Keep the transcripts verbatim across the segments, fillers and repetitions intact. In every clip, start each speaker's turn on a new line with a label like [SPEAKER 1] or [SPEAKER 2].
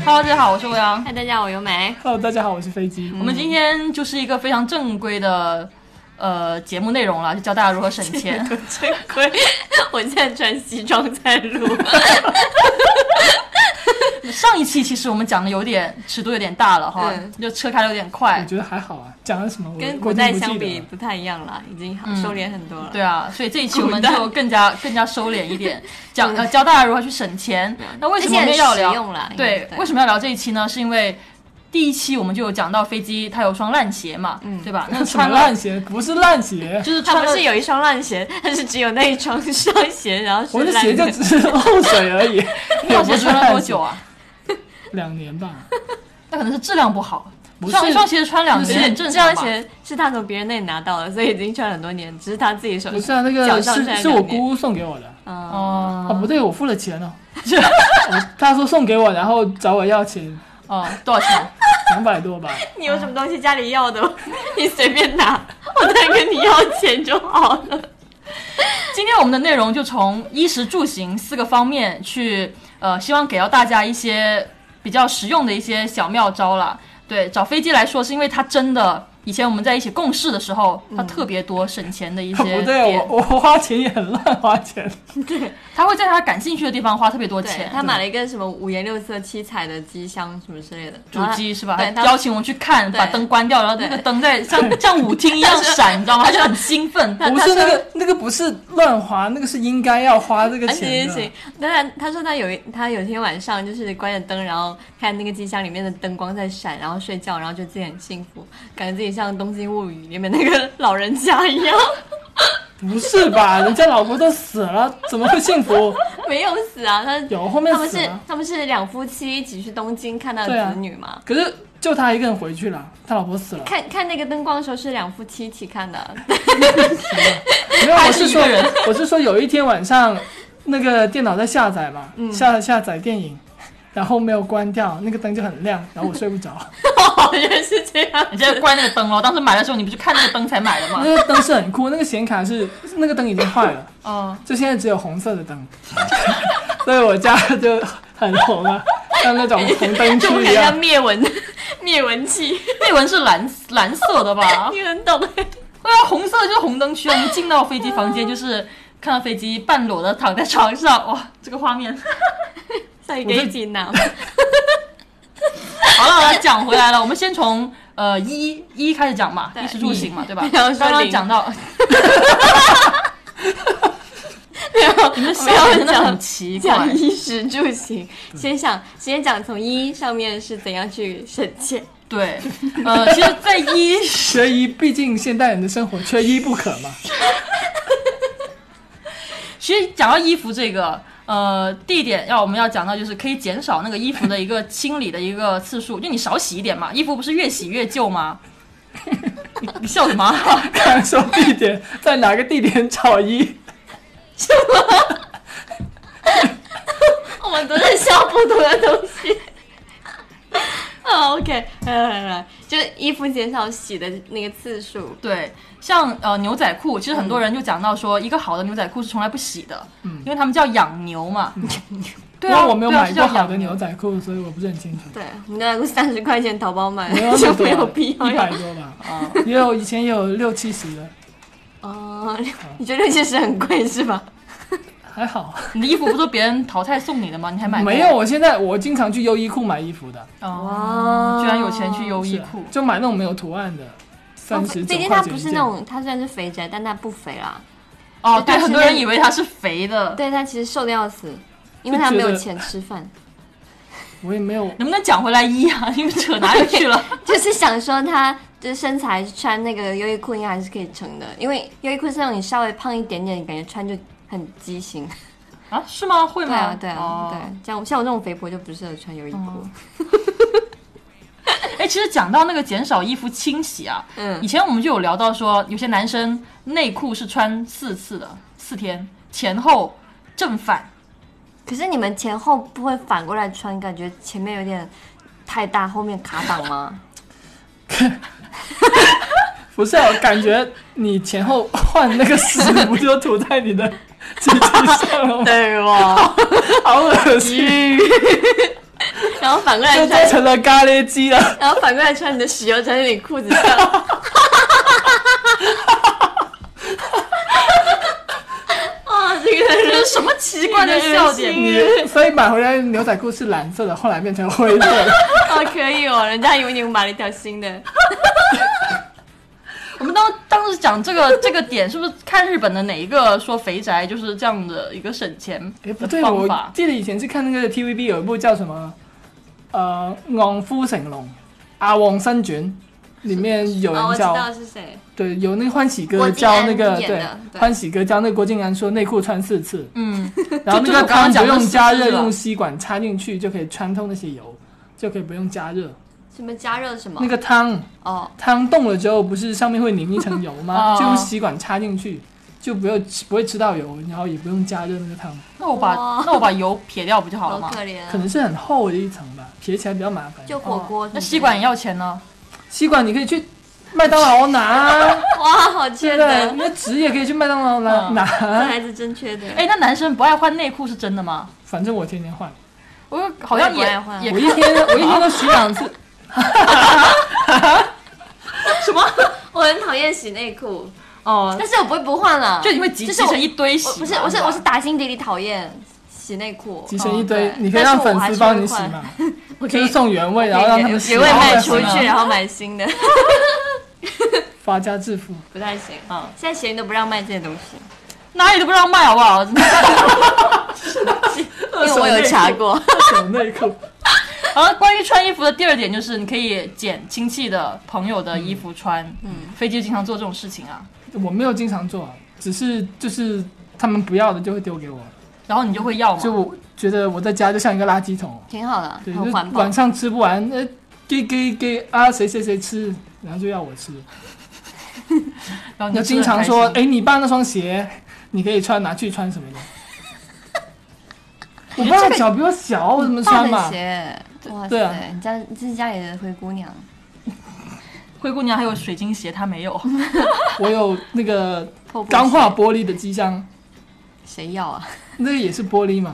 [SPEAKER 1] Hello， 大家好，我是欧阳。
[SPEAKER 2] 嗨，大家好，我由美。
[SPEAKER 3] Hello， 大家好，我是飞机。
[SPEAKER 1] 我们今天就是一个非常正规的呃节目内容了，就教大家如何省钱。
[SPEAKER 2] 正规，我现在穿西装在录。
[SPEAKER 1] 上一期其实我们讲的有点尺度有点大了哈，嗯、就车开的有点快。
[SPEAKER 3] 我觉得还好啊，讲了什么
[SPEAKER 2] 跟古代相比不太一样了，已经收敛很多了、嗯。对
[SPEAKER 1] 啊，所以这一期我们就更加更加收敛一点，讲呃教大家如何去省钱。那为什么我们要聊？对，对为什么要聊这一期呢？是因为第一期我们就有讲到飞机它有双烂鞋嘛，嗯、对吧？那
[SPEAKER 3] 穿烂鞋不是烂鞋，
[SPEAKER 1] 就是
[SPEAKER 2] 它不是有一双烂鞋，它是只有那一双双鞋，然后是
[SPEAKER 3] 我的鞋就只是漏水而已。
[SPEAKER 1] 那鞋穿了多久啊？
[SPEAKER 3] 两年吧，
[SPEAKER 1] 那可能是质量不好。上一双鞋穿两年很正
[SPEAKER 2] 常吧？这双鞋是他从别人那里拿到的，所以已经穿很多年，只是他自己手
[SPEAKER 3] 不是啊，那个是是我姑送给我的。哦，哦不对，我付了钱哦。他说送给我，然后找我要钱。
[SPEAKER 1] 哦，多少钱？
[SPEAKER 3] 两百多吧。
[SPEAKER 2] 你有什么东西家里要的，你随便拿，我再跟你要钱就好了。
[SPEAKER 1] 今天我们的内容就从衣食住行四个方面去，呃，希望给到大家一些比较实用的一些小妙招啦。对，找飞机来说，是因为他真的以前我们在一起共事的时候，他特别多省钱的一些点。
[SPEAKER 3] 不对，我我花钱也很乱花钱。
[SPEAKER 1] 对，他会在他感兴趣的地方花特别多钱。
[SPEAKER 2] 他买了一个什么五颜六色、七彩的机箱什么之类的
[SPEAKER 1] 主机是吧？对，邀请我去看，把灯关掉，然后那个灯在像像舞厅一样闪，你知道吗？他就很兴奋。
[SPEAKER 3] 不是那个那个不是乱花，那个是应该要花这个钱的。
[SPEAKER 2] 行行，当然他说他有一他有一天晚上就是关着灯，然后看那个机箱里面的灯光在闪，然后睡觉，然后就自己很幸福，感觉自己像《东京物语》里面那个老人家一样。
[SPEAKER 3] 不是吧？人家老婆都死了，怎么会幸福？
[SPEAKER 2] 没有死啊，他
[SPEAKER 3] 有后面死了。
[SPEAKER 2] 他们是他们是两夫妻一起去东京看他的子女嘛？
[SPEAKER 3] 啊、可是就他一个人回去了，他老婆死了。
[SPEAKER 2] 看看那个灯光的时候是两夫妻一起看的。
[SPEAKER 3] 没有，我是说我是说有一天晚上，那个电脑在下载嘛，嗯、下下载电影。然后没有关掉，那个灯就很亮，然后我睡不着。
[SPEAKER 2] 哦，原来是这样。
[SPEAKER 1] 你现在关那个灯咯，当时买的时候你不是看那个灯才买的吗？
[SPEAKER 3] 那个灯是很酷，那个显卡是那个灯已经坏了，哦，就现在只有红色的灯，所以我家就很红啊，像那种红灯区一样。
[SPEAKER 2] 像灭蚊灭蚊器，
[SPEAKER 1] 灭蚊是蓝蓝色的吧？
[SPEAKER 2] 你很懂。对
[SPEAKER 1] 啊，红色就是红灯区啊！你进到飞机房间就是看到飞机半裸的躺在床上，哇，这个画面。
[SPEAKER 2] 再给一拿。
[SPEAKER 1] 好了好了，讲回来了，我们先从呃衣衣开始讲嘛，衣食住行嘛，对吧？刚刚讲到，
[SPEAKER 2] 没有，
[SPEAKER 1] 你们笑真的很奇怪。
[SPEAKER 2] 讲衣食住行，先想先讲从衣上面是怎样去省钱。
[SPEAKER 1] 对，呃，其实，在衣
[SPEAKER 3] 缺衣，毕竟现代人的生活缺衣不可嘛。
[SPEAKER 1] 其实讲到衣服这个。呃，第一点要我们要讲到就是可以减少那个衣服的一个清理的一个次数，就你少洗一点嘛，衣服不是越洗越旧吗？你, 你笑什么？
[SPEAKER 3] 刚说地点在哪个地点找衣？
[SPEAKER 2] 什么？我们都在笑不同的东西。哦 ，OK， 来来来，就是衣服减少洗的那个次数。
[SPEAKER 1] 对，像呃牛仔裤，其实很多人就讲到说，嗯、一个好的牛仔裤是从来不洗的，嗯，因为他们叫养牛嘛。嗯、
[SPEAKER 3] 对啊，我没有买过好的牛仔裤，所以我不是很清楚。
[SPEAKER 2] 对，牛仔裤三十块钱淘宝买，
[SPEAKER 3] 没有
[SPEAKER 2] 就没有必要，
[SPEAKER 3] 一百多吧。啊，也有以前也有六七十的。
[SPEAKER 2] 哦、呃，你觉得六七十很贵是吧？
[SPEAKER 3] 还好，
[SPEAKER 1] 你的衣服不是别人淘汰送你的吗？你还买过？
[SPEAKER 3] 没有，我现在我经常去优衣库买衣服的。
[SPEAKER 1] 哦，居然有钱去优衣库，
[SPEAKER 3] 就买那种没有图案的，三十九块钱一件。
[SPEAKER 2] 毕竟它不是那种，它虽然是肥宅，但它不肥啦。
[SPEAKER 1] 哦，对，很多人以为它是肥的，
[SPEAKER 2] 对，它其实瘦的要死，因为它没有钱吃饭。
[SPEAKER 3] 我也没有，
[SPEAKER 1] 能不能讲回来衣啊？因为扯哪里去了？
[SPEAKER 2] 就是想说它就是身材穿那个优衣库应该还是可以撑的，因为优衣库是那种你稍微胖一点点，感觉穿就很畸形
[SPEAKER 1] 啊？是吗？会吗？
[SPEAKER 2] 对啊，对啊，哦、对，像像我这种肥婆就不适合穿优衣库。
[SPEAKER 1] 哎、嗯，其实讲到那个减少衣服清洗啊，嗯，以前我们就有聊到说，有些男生内裤是穿四次的，四天前后正反。
[SPEAKER 2] 可是你们前后不会反过来穿，感觉前面有点太大，后面卡裆吗？
[SPEAKER 3] 不是、啊，感觉你前后换那个屎不就涂在你的鸡鸡上了吗？
[SPEAKER 2] 对哇，
[SPEAKER 3] 好恶心！
[SPEAKER 2] 然后反过来
[SPEAKER 3] 就
[SPEAKER 2] 穿
[SPEAKER 3] 做成了咖喱鸡了。
[SPEAKER 2] 然后反过来穿你的豉油在你裤子上。哇，这个
[SPEAKER 1] 这
[SPEAKER 2] 人
[SPEAKER 1] 是什么奇怪的笑点？
[SPEAKER 3] 你所以买回来牛仔裤是蓝色的，后来变成灰色的。
[SPEAKER 2] 哦，可以哦，人家以为你们买了一条新的。
[SPEAKER 1] 我们当当时讲这个这个点，是不是看日本的哪一个说肥宅就是这样的一个省钱
[SPEAKER 3] 哎，不
[SPEAKER 1] 的
[SPEAKER 3] 对，我
[SPEAKER 1] 方法？
[SPEAKER 3] 记得以前是看那个 T V B 有一部叫什么呃《昂夫成龙》阿翁生卷，里面有
[SPEAKER 2] 哦，我知
[SPEAKER 3] 人叫、
[SPEAKER 2] 道是谁。
[SPEAKER 3] 对，有那个欢喜哥
[SPEAKER 2] 郭晋安
[SPEAKER 3] 教那个对
[SPEAKER 2] 演的对
[SPEAKER 3] 欢喜哥教那个郭靖安说内裤穿四次，
[SPEAKER 1] 嗯，
[SPEAKER 3] 然后那个
[SPEAKER 1] 就就是我刚刚
[SPEAKER 3] 汤不用
[SPEAKER 1] 讲的四
[SPEAKER 3] 加热，
[SPEAKER 1] 次了
[SPEAKER 3] 用吸管插进去就可以穿透那些油，就可以不用加热。
[SPEAKER 2] 什么加热什么？
[SPEAKER 3] 那个汤
[SPEAKER 2] 哦，
[SPEAKER 3] 汤冻了之后，不是上面会凝一层油吗？
[SPEAKER 1] 哦
[SPEAKER 3] 就用吸管插进去，就不用不会吃到油，然后也不用加热那个汤。
[SPEAKER 1] 那我把
[SPEAKER 2] 哇
[SPEAKER 1] 那我把油撇掉不就好了吗？
[SPEAKER 2] 好可怜啊。
[SPEAKER 3] 可能是很厚的一层吧，撇起来比较麻烦。
[SPEAKER 2] 就火锅、
[SPEAKER 1] 哦那吸管也要钱呢？
[SPEAKER 3] 吸管你可以去麦当劳拿啊，
[SPEAKER 2] 哇，好
[SPEAKER 3] 对
[SPEAKER 2] 缺
[SPEAKER 3] 不对？
[SPEAKER 2] 德，
[SPEAKER 3] 那纸也可以去麦当劳拿、
[SPEAKER 1] 嗯
[SPEAKER 3] 拿。
[SPEAKER 2] 这还是真缺德。
[SPEAKER 1] 哎，那男生不爱换内裤是真的吗？
[SPEAKER 3] 反正我天天换，
[SPEAKER 1] 我好像也
[SPEAKER 2] 我也不爱换
[SPEAKER 1] 也
[SPEAKER 3] 我一天我一天都洗两次。
[SPEAKER 1] 什么？
[SPEAKER 2] 我很讨厌洗内裤，
[SPEAKER 1] 哦，
[SPEAKER 2] 但是我不会不换了，
[SPEAKER 1] 就你会集
[SPEAKER 2] 就是我
[SPEAKER 1] 集成一堆洗吗？
[SPEAKER 2] 我不是，我是我是打心底里讨厌洗内裤，
[SPEAKER 3] 集成一堆，
[SPEAKER 2] 哦对
[SPEAKER 3] 你可以让粉丝帮你洗嘛，就
[SPEAKER 2] 我可以
[SPEAKER 3] 是送原味，然后让他们洗，
[SPEAKER 2] 原味
[SPEAKER 3] 然后
[SPEAKER 2] 卖出
[SPEAKER 3] 再换
[SPEAKER 2] 去，然后买新的，
[SPEAKER 3] 发家致富。
[SPEAKER 2] 不太行
[SPEAKER 1] 嗯
[SPEAKER 2] 啊。现在闲鱼都不让卖这些东西，
[SPEAKER 1] 哪里都不让卖，好不好？
[SPEAKER 2] 因为我有查过。
[SPEAKER 3] 二手内裤，
[SPEAKER 1] 然后关于穿衣服的第二点就是，你可以捡亲戚的朋友的衣服穿。嗯，飞机经常做这种事情啊，
[SPEAKER 3] 我没有经常做，只是就是他们不要的就会丢给我，
[SPEAKER 1] 然后你就会要嘛。
[SPEAKER 3] 就我觉得我在家就像一个垃圾桶，
[SPEAKER 2] 挺好的，
[SPEAKER 3] 对，就
[SPEAKER 2] 很环保
[SPEAKER 3] 晚。上吃不完，呃，给给给啊，谁谁谁吃，然后就要我吃。
[SPEAKER 1] 然后你
[SPEAKER 3] 就
[SPEAKER 1] 就吃得很开
[SPEAKER 3] 经常说，
[SPEAKER 1] 心
[SPEAKER 3] 哎，你爸那双鞋你可以穿，拿去穿什么的。我爸脚比我小，我怎么
[SPEAKER 2] 大的
[SPEAKER 3] 穿嘛？
[SPEAKER 2] 鞋，哇
[SPEAKER 3] 对啊
[SPEAKER 2] 塞，你家这是家里的灰姑娘，
[SPEAKER 1] 灰姑娘还有水晶鞋，她没有。
[SPEAKER 3] 我有那个
[SPEAKER 2] 破布
[SPEAKER 3] 钢化玻璃的机箱，
[SPEAKER 2] 谁要啊？
[SPEAKER 3] 那个也是玻璃嘛。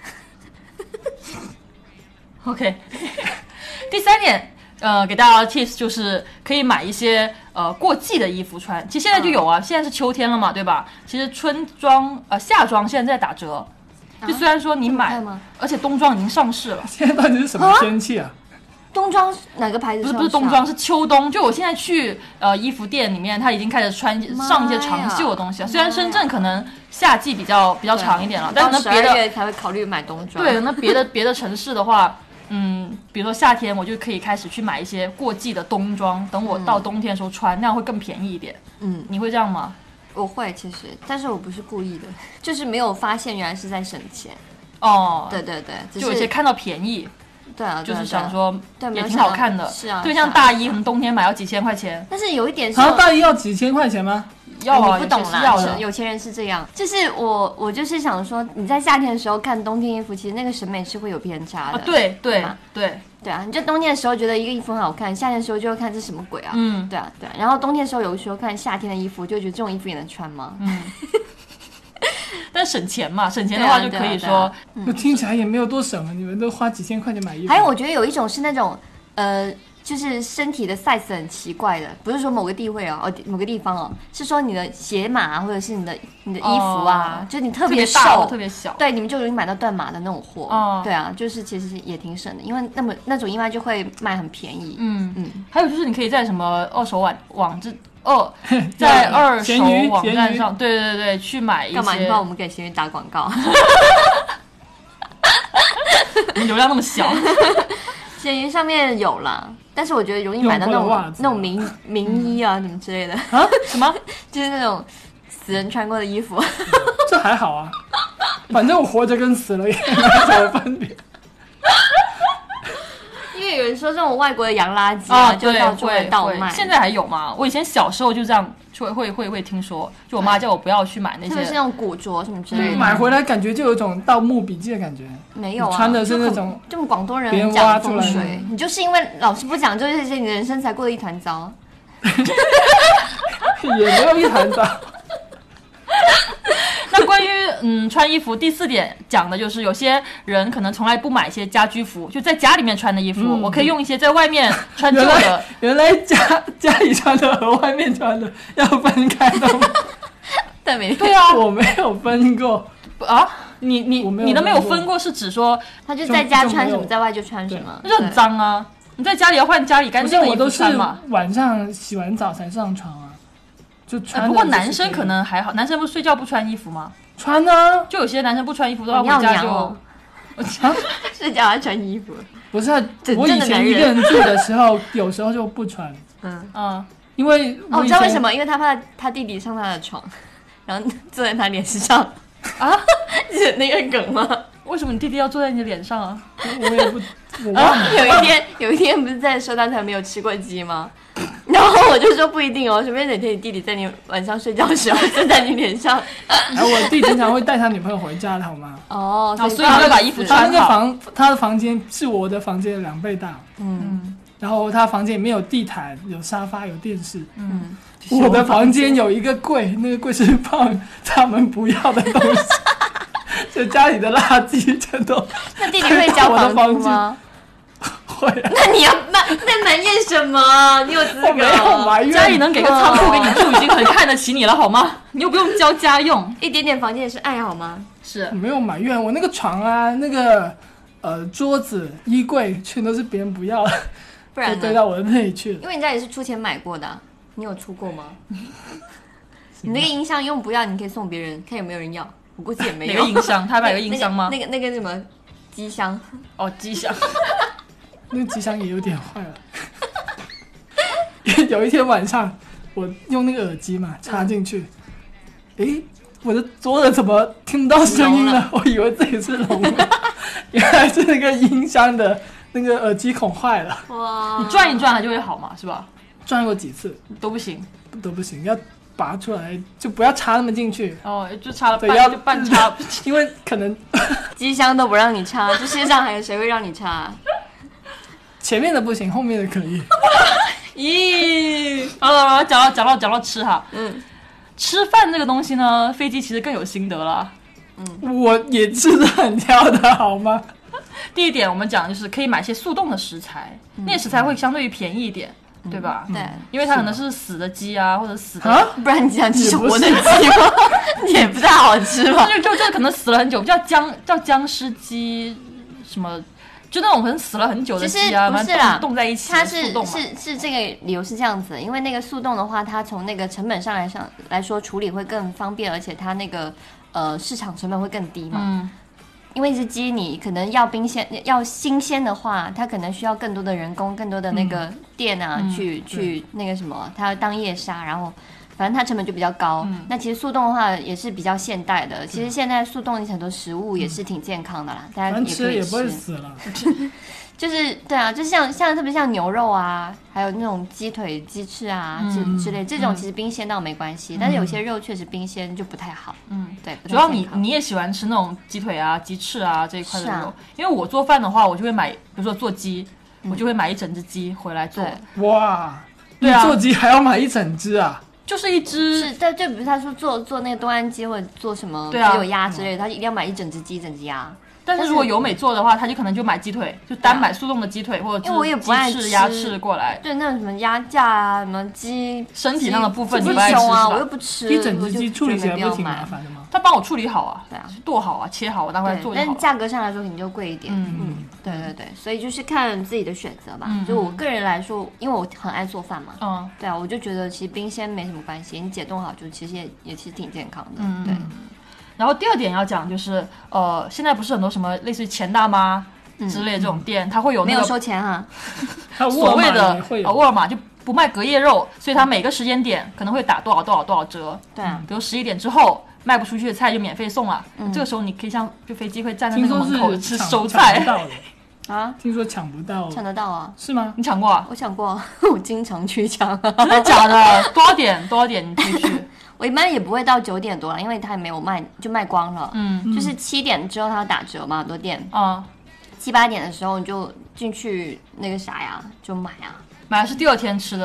[SPEAKER 1] OK， 第三点，呃，给大家的 tips 就是可以买一些呃过季的衣服穿。其实现在就有啊，现在是秋天了嘛，对吧？其实春装呃夏装现在在打折，就虽然说你买，
[SPEAKER 2] 这么快吗
[SPEAKER 1] 而且冬装已经上市了。
[SPEAKER 3] 现在到底是什么天气啊？
[SPEAKER 2] 冬装哪个牌子
[SPEAKER 1] 不是
[SPEAKER 2] 上市啊？
[SPEAKER 1] 不是冬装，是秋冬。就我现在去呃衣服店里面，它已经开始穿
[SPEAKER 2] 妈呀
[SPEAKER 1] 上一些长袖的东西了。虽然深圳可能夏季比较比较长一点了，但
[SPEAKER 2] 到十二
[SPEAKER 1] 是那别的
[SPEAKER 2] 月才会考虑买冬装。
[SPEAKER 1] 对，那别的别的城市的话，嗯，比如说夏天，我就可以开始去买一些过季的冬装，等我到冬天的时候穿，那样会更便宜一点。
[SPEAKER 2] 嗯，
[SPEAKER 1] 你会这样吗？
[SPEAKER 2] 我会其实，但是我不是故意的，就是没有发现原来是在省钱。
[SPEAKER 1] 哦，
[SPEAKER 2] 对对对，只
[SPEAKER 1] 就有些看到便宜，
[SPEAKER 2] 对啊，对啊
[SPEAKER 1] 就是想，说
[SPEAKER 2] 对啊对
[SPEAKER 1] 也
[SPEAKER 2] 没有想到
[SPEAKER 1] 挺好看的。
[SPEAKER 2] 是啊，
[SPEAKER 1] 对，
[SPEAKER 2] 是啊
[SPEAKER 1] 像大衣可能冬天买要几千块钱，
[SPEAKER 2] 但是有一点是
[SPEAKER 3] 然后大衣要几千块钱吗？
[SPEAKER 1] 要啊，
[SPEAKER 2] 你不懂啦，
[SPEAKER 1] 有些是要的
[SPEAKER 2] 是。有钱人是这样。就是我，我就是想说，你在夏天的时候看冬天衣服，其实那个审美是会有偏差的。
[SPEAKER 1] 啊，对对
[SPEAKER 2] 吗
[SPEAKER 1] 对，
[SPEAKER 2] 对啊，你就冬天的时候觉得一个衣服很好看，夏天的时候就会看这什么鬼啊？
[SPEAKER 1] 嗯
[SPEAKER 2] 对啊，对啊。然后冬天的时候，有的时候看夏天的衣服，就觉得这种衣服也能穿吗？
[SPEAKER 1] 嗯。但省钱嘛，省钱的话就可以
[SPEAKER 2] 对啊
[SPEAKER 1] 说，
[SPEAKER 3] 那听起来也没有多省啊！你们都花几千块钱买衣服，
[SPEAKER 2] 还有，我觉得有一种是那种呃，就是身体的 size 很奇怪的，不是说某个地位哦，哦某个地方哦，是说你的鞋码啊，或者是你的你的衣服啊，
[SPEAKER 1] 哦
[SPEAKER 2] 就你特
[SPEAKER 1] 特
[SPEAKER 2] 别
[SPEAKER 1] 大或
[SPEAKER 2] 瘦，
[SPEAKER 1] 特别小。
[SPEAKER 2] 对，你们就容易买到断码的那种货。
[SPEAKER 1] 哦
[SPEAKER 2] 对啊，就是其实也挺省的，因为那么那种一般就会卖很便宜。
[SPEAKER 1] 嗯
[SPEAKER 2] 嗯，
[SPEAKER 1] 还有就是你可以在什么二手网网这二在二手
[SPEAKER 3] 闲鱼
[SPEAKER 1] 网
[SPEAKER 3] 闲鱼
[SPEAKER 1] 站上，对对对，去买一
[SPEAKER 2] 干嘛？你
[SPEAKER 1] 些
[SPEAKER 2] 帮我们给闲鱼打广告？
[SPEAKER 1] 流量那么小，
[SPEAKER 2] 闲鱼上面有啦，但是我觉得容易买到那种
[SPEAKER 3] 用过的袜子
[SPEAKER 2] 那种名名衣啊，什么之类的，
[SPEAKER 1] 啊？什么？
[SPEAKER 2] 就是那种死人穿过的衣服。
[SPEAKER 3] 这还好啊，反正我活着跟死了也没什么分别。
[SPEAKER 2] 因为有人说这种外国的洋垃圾
[SPEAKER 1] 啊，
[SPEAKER 2] 就
[SPEAKER 1] 对，
[SPEAKER 2] 到处会
[SPEAKER 1] 会
[SPEAKER 2] 倒卖，
[SPEAKER 1] 会现在还有吗？我以前小时候就这样，就会会会会听说，就我妈叫我不要去买那些。
[SPEAKER 2] 特别是那种古着什么之类
[SPEAKER 1] 对
[SPEAKER 2] 的。
[SPEAKER 3] 买回来感觉就有一种盗墓笔记的感觉。
[SPEAKER 2] 没有啊，
[SPEAKER 3] 你穿的是
[SPEAKER 2] 就很
[SPEAKER 3] 那种
[SPEAKER 2] 就广东人
[SPEAKER 3] 别人
[SPEAKER 2] 很讲
[SPEAKER 3] 挖出来的
[SPEAKER 2] 风水，你就是因为老是不讲究这些，你的人生才过得一团糟。
[SPEAKER 3] 也没有一团糟。
[SPEAKER 1] 那关于嗯穿衣服，第四点讲的就是有些人可能从来不买一些家居服，就在家里面穿的衣服，嗯、我可以用一些在外面穿旧的。
[SPEAKER 3] 原来家家里穿的和外面穿的要分开的吗？
[SPEAKER 2] 但没
[SPEAKER 1] 对啊，
[SPEAKER 3] 我没有分过
[SPEAKER 1] 啊。你你你都没有分过，是指说
[SPEAKER 2] 他就在家穿什么，在外就穿什么，
[SPEAKER 1] 那就很脏啊！你在家里要换家里干净的衣服穿嘛。
[SPEAKER 3] 晚上洗完澡才上床啊，就穿、呃。
[SPEAKER 1] 不过男生可能还好，男生不睡觉不穿衣服吗？
[SPEAKER 3] 穿啊，
[SPEAKER 1] 就有些男生不穿衣服的话，回家就、
[SPEAKER 2] 哦、睡觉还穿衣服。
[SPEAKER 3] 不是、啊，我以前一个人住的时候，有时候就不穿。
[SPEAKER 2] 嗯
[SPEAKER 1] 嗯，
[SPEAKER 3] 因为
[SPEAKER 2] 哦，我知道为什么，因为他怕他弟弟上他的床，然后坐在他脸上。啊，是那个梗吗？
[SPEAKER 1] 为什么你弟弟要坐在你的脸上啊？
[SPEAKER 3] 我也不，我忘了。
[SPEAKER 2] 啊、有一天，有一天不是在说他才没有吃过鸡吗？然后我就说不一定哦，说不定哪天你弟弟在你晚上睡觉的时候坐在你脸上。
[SPEAKER 3] 然后我弟经常会带他女朋友回家的好吗？
[SPEAKER 2] 哦，
[SPEAKER 1] 所以他会把衣服穿好。
[SPEAKER 3] 他那个房，他的房间是我的房间的两倍大。
[SPEAKER 2] 嗯，
[SPEAKER 3] 然后他房间里面有地毯、有沙发、有电视。嗯。我的房间有一个柜，那个柜是放他们不要的东西，就家里的垃圾全都。
[SPEAKER 2] 那弟弟会交房租吗？
[SPEAKER 3] 会、啊。
[SPEAKER 2] 那你要埋那埋怨什么？你有资格？
[SPEAKER 3] 我没有埋怨。
[SPEAKER 1] 家里能给个仓库给你住，已经很看得起你了，好吗？你又不用交家用，
[SPEAKER 2] 一点点房间也是爱好吗？
[SPEAKER 1] 是。
[SPEAKER 3] 我没有埋怨，我那个床啊，那个呃桌子、衣柜全都是别人不要的，
[SPEAKER 2] 不然呢？
[SPEAKER 3] 堆到我的那里去了。
[SPEAKER 2] 因为人家也是出钱买过的、啊。你有出过吗？你那个音箱用不要，你可以送别人，看有没有人要。我估计也没有。
[SPEAKER 1] 哪个音箱？他买个音箱吗？
[SPEAKER 2] 那个那个什么机箱？
[SPEAKER 1] 哦，机箱。
[SPEAKER 3] 那个机箱也有点坏了。有一天晚上，我用那个耳机嘛插进去，诶、嗯，我的左耳怎么听不到声音了？我以为自己是聋了，原来是那个音箱的那个耳机孔坏了。
[SPEAKER 2] 哇！
[SPEAKER 1] 你转一转它就会好嘛，是吧？
[SPEAKER 3] 转过几次
[SPEAKER 1] 都不行，
[SPEAKER 3] 都不行，要拔出来，就不要插那么进去。
[SPEAKER 1] 哦，就插了半，就半插，
[SPEAKER 3] 因为可能
[SPEAKER 2] 机箱都不让你插，这世界上还有谁会让你插？
[SPEAKER 3] 前面的不行，后面的可以。
[SPEAKER 1] 咦，好了，讲到讲到讲到吃哈，
[SPEAKER 2] 嗯，
[SPEAKER 1] 吃饭这个东西呢，飞机其实更有心得了。
[SPEAKER 3] 嗯，我也吃得很挑的好吗？
[SPEAKER 1] 第一点，我们讲就是可以买些速冻的食材，嗯、那些食材会相对于便宜一点。对吧？
[SPEAKER 2] 对，
[SPEAKER 1] 因为它可能是死的鸡啊，或者死的，
[SPEAKER 3] 啊、
[SPEAKER 2] 不然你想吃活的鸡吗？也不太好吃吧？
[SPEAKER 1] 就就就可能死了很久，叫僵叫僵尸鸡，什么就那种可能死了很久的鸡啊，
[SPEAKER 2] 不是啦，
[SPEAKER 1] 冻在一起，
[SPEAKER 2] 它是是是这个理由是这样子，因为那个速冻的话，它从那个成本上来上来说处理会更方便，而且它那个呃市场成本会更低嘛。
[SPEAKER 1] 嗯。
[SPEAKER 2] 因为一只鸡你可能要冰鲜要新鲜的话，它可能需要更多的人工更多的那个店啊、嗯、去去那个什么它要当夜杀，然后反正它成本就比较高、嗯、那其实速冻的话也是比较现代的，其实现在速冻很多食物也是挺健康的啦、嗯、大家也可以吃，
[SPEAKER 3] 也不会死了
[SPEAKER 2] 就是对啊，就像像特别像牛肉啊，还有那种鸡腿、鸡翅啊、嗯、之之类，这种其实冰鲜倒没关系、嗯，但是有些肉确实冰鲜就不太好。嗯，对，
[SPEAKER 1] 主要你你也喜欢吃那种鸡腿啊、鸡翅啊这一块的肉、啊，因为我做饭的话，我就会买，比如说做鸡、嗯，我就会买一整只鸡回来做。
[SPEAKER 3] 哇，
[SPEAKER 1] 对啊，
[SPEAKER 3] 你做鸡还要买一整只啊？
[SPEAKER 1] 就是一只，
[SPEAKER 2] 是，但就比如他说做做那个东安鸡或者做什么鸡有鸭之类的，他一定要买一整只鸡、一整只鸭。
[SPEAKER 1] 但是如果由美做的话，他就可能就买鸡腿，就单买速冻的鸡腿或者鸡翅、鸭翅过来。
[SPEAKER 2] 对，那种什么鸭架啊，什么鸡
[SPEAKER 1] 身体上的部分你不
[SPEAKER 2] 爱
[SPEAKER 1] 吃是吧？
[SPEAKER 2] 我又不吃。
[SPEAKER 3] 一整只鸡处理起来不挺麻烦的吗？
[SPEAKER 1] 他帮我处理好啊，
[SPEAKER 2] 对啊，
[SPEAKER 1] 剁好啊，切好，我拿回来做就好了。
[SPEAKER 2] 但价格上来说肯定就贵一点。嗯嗯，对对对，所以就是看自己的选择吧。嗯、就我个人来说，因为我很爱做饭嘛，嗯，对啊，我就觉得其实冰鲜没什么关系，你解冻好就其实也也其实挺健康的。嗯，对。
[SPEAKER 1] 然后第二点要讲就是，呃，现在不是很多什么类似于钱大妈之类的这种店，嗯、它会有那个
[SPEAKER 2] 没有收钱哈、
[SPEAKER 1] 啊，所谓的呃沃尔玛就不卖隔夜肉，所以它每个时间点可能会打多少多少多少折。
[SPEAKER 2] 对啊，
[SPEAKER 1] 比如十一点之后卖不出去的菜就免费送了，嗯、这个时候你可以像就飞机会站在那个门口吃收菜。
[SPEAKER 3] 啊，听说抢不到，
[SPEAKER 2] 抢得到啊？
[SPEAKER 3] 是吗？
[SPEAKER 1] 你抢过啊？
[SPEAKER 2] 我抢过，我经常去抢。
[SPEAKER 1] 真的假的？多少点？多少点你可以去？
[SPEAKER 2] 我一般也不会到九点多了，因为它也没有卖，就卖光了。嗯，就是七点之后它打折嘛，很多店。啊、嗯，七八点的时候你就进去那个啥呀，就买啊。
[SPEAKER 1] 买的是第二天吃的。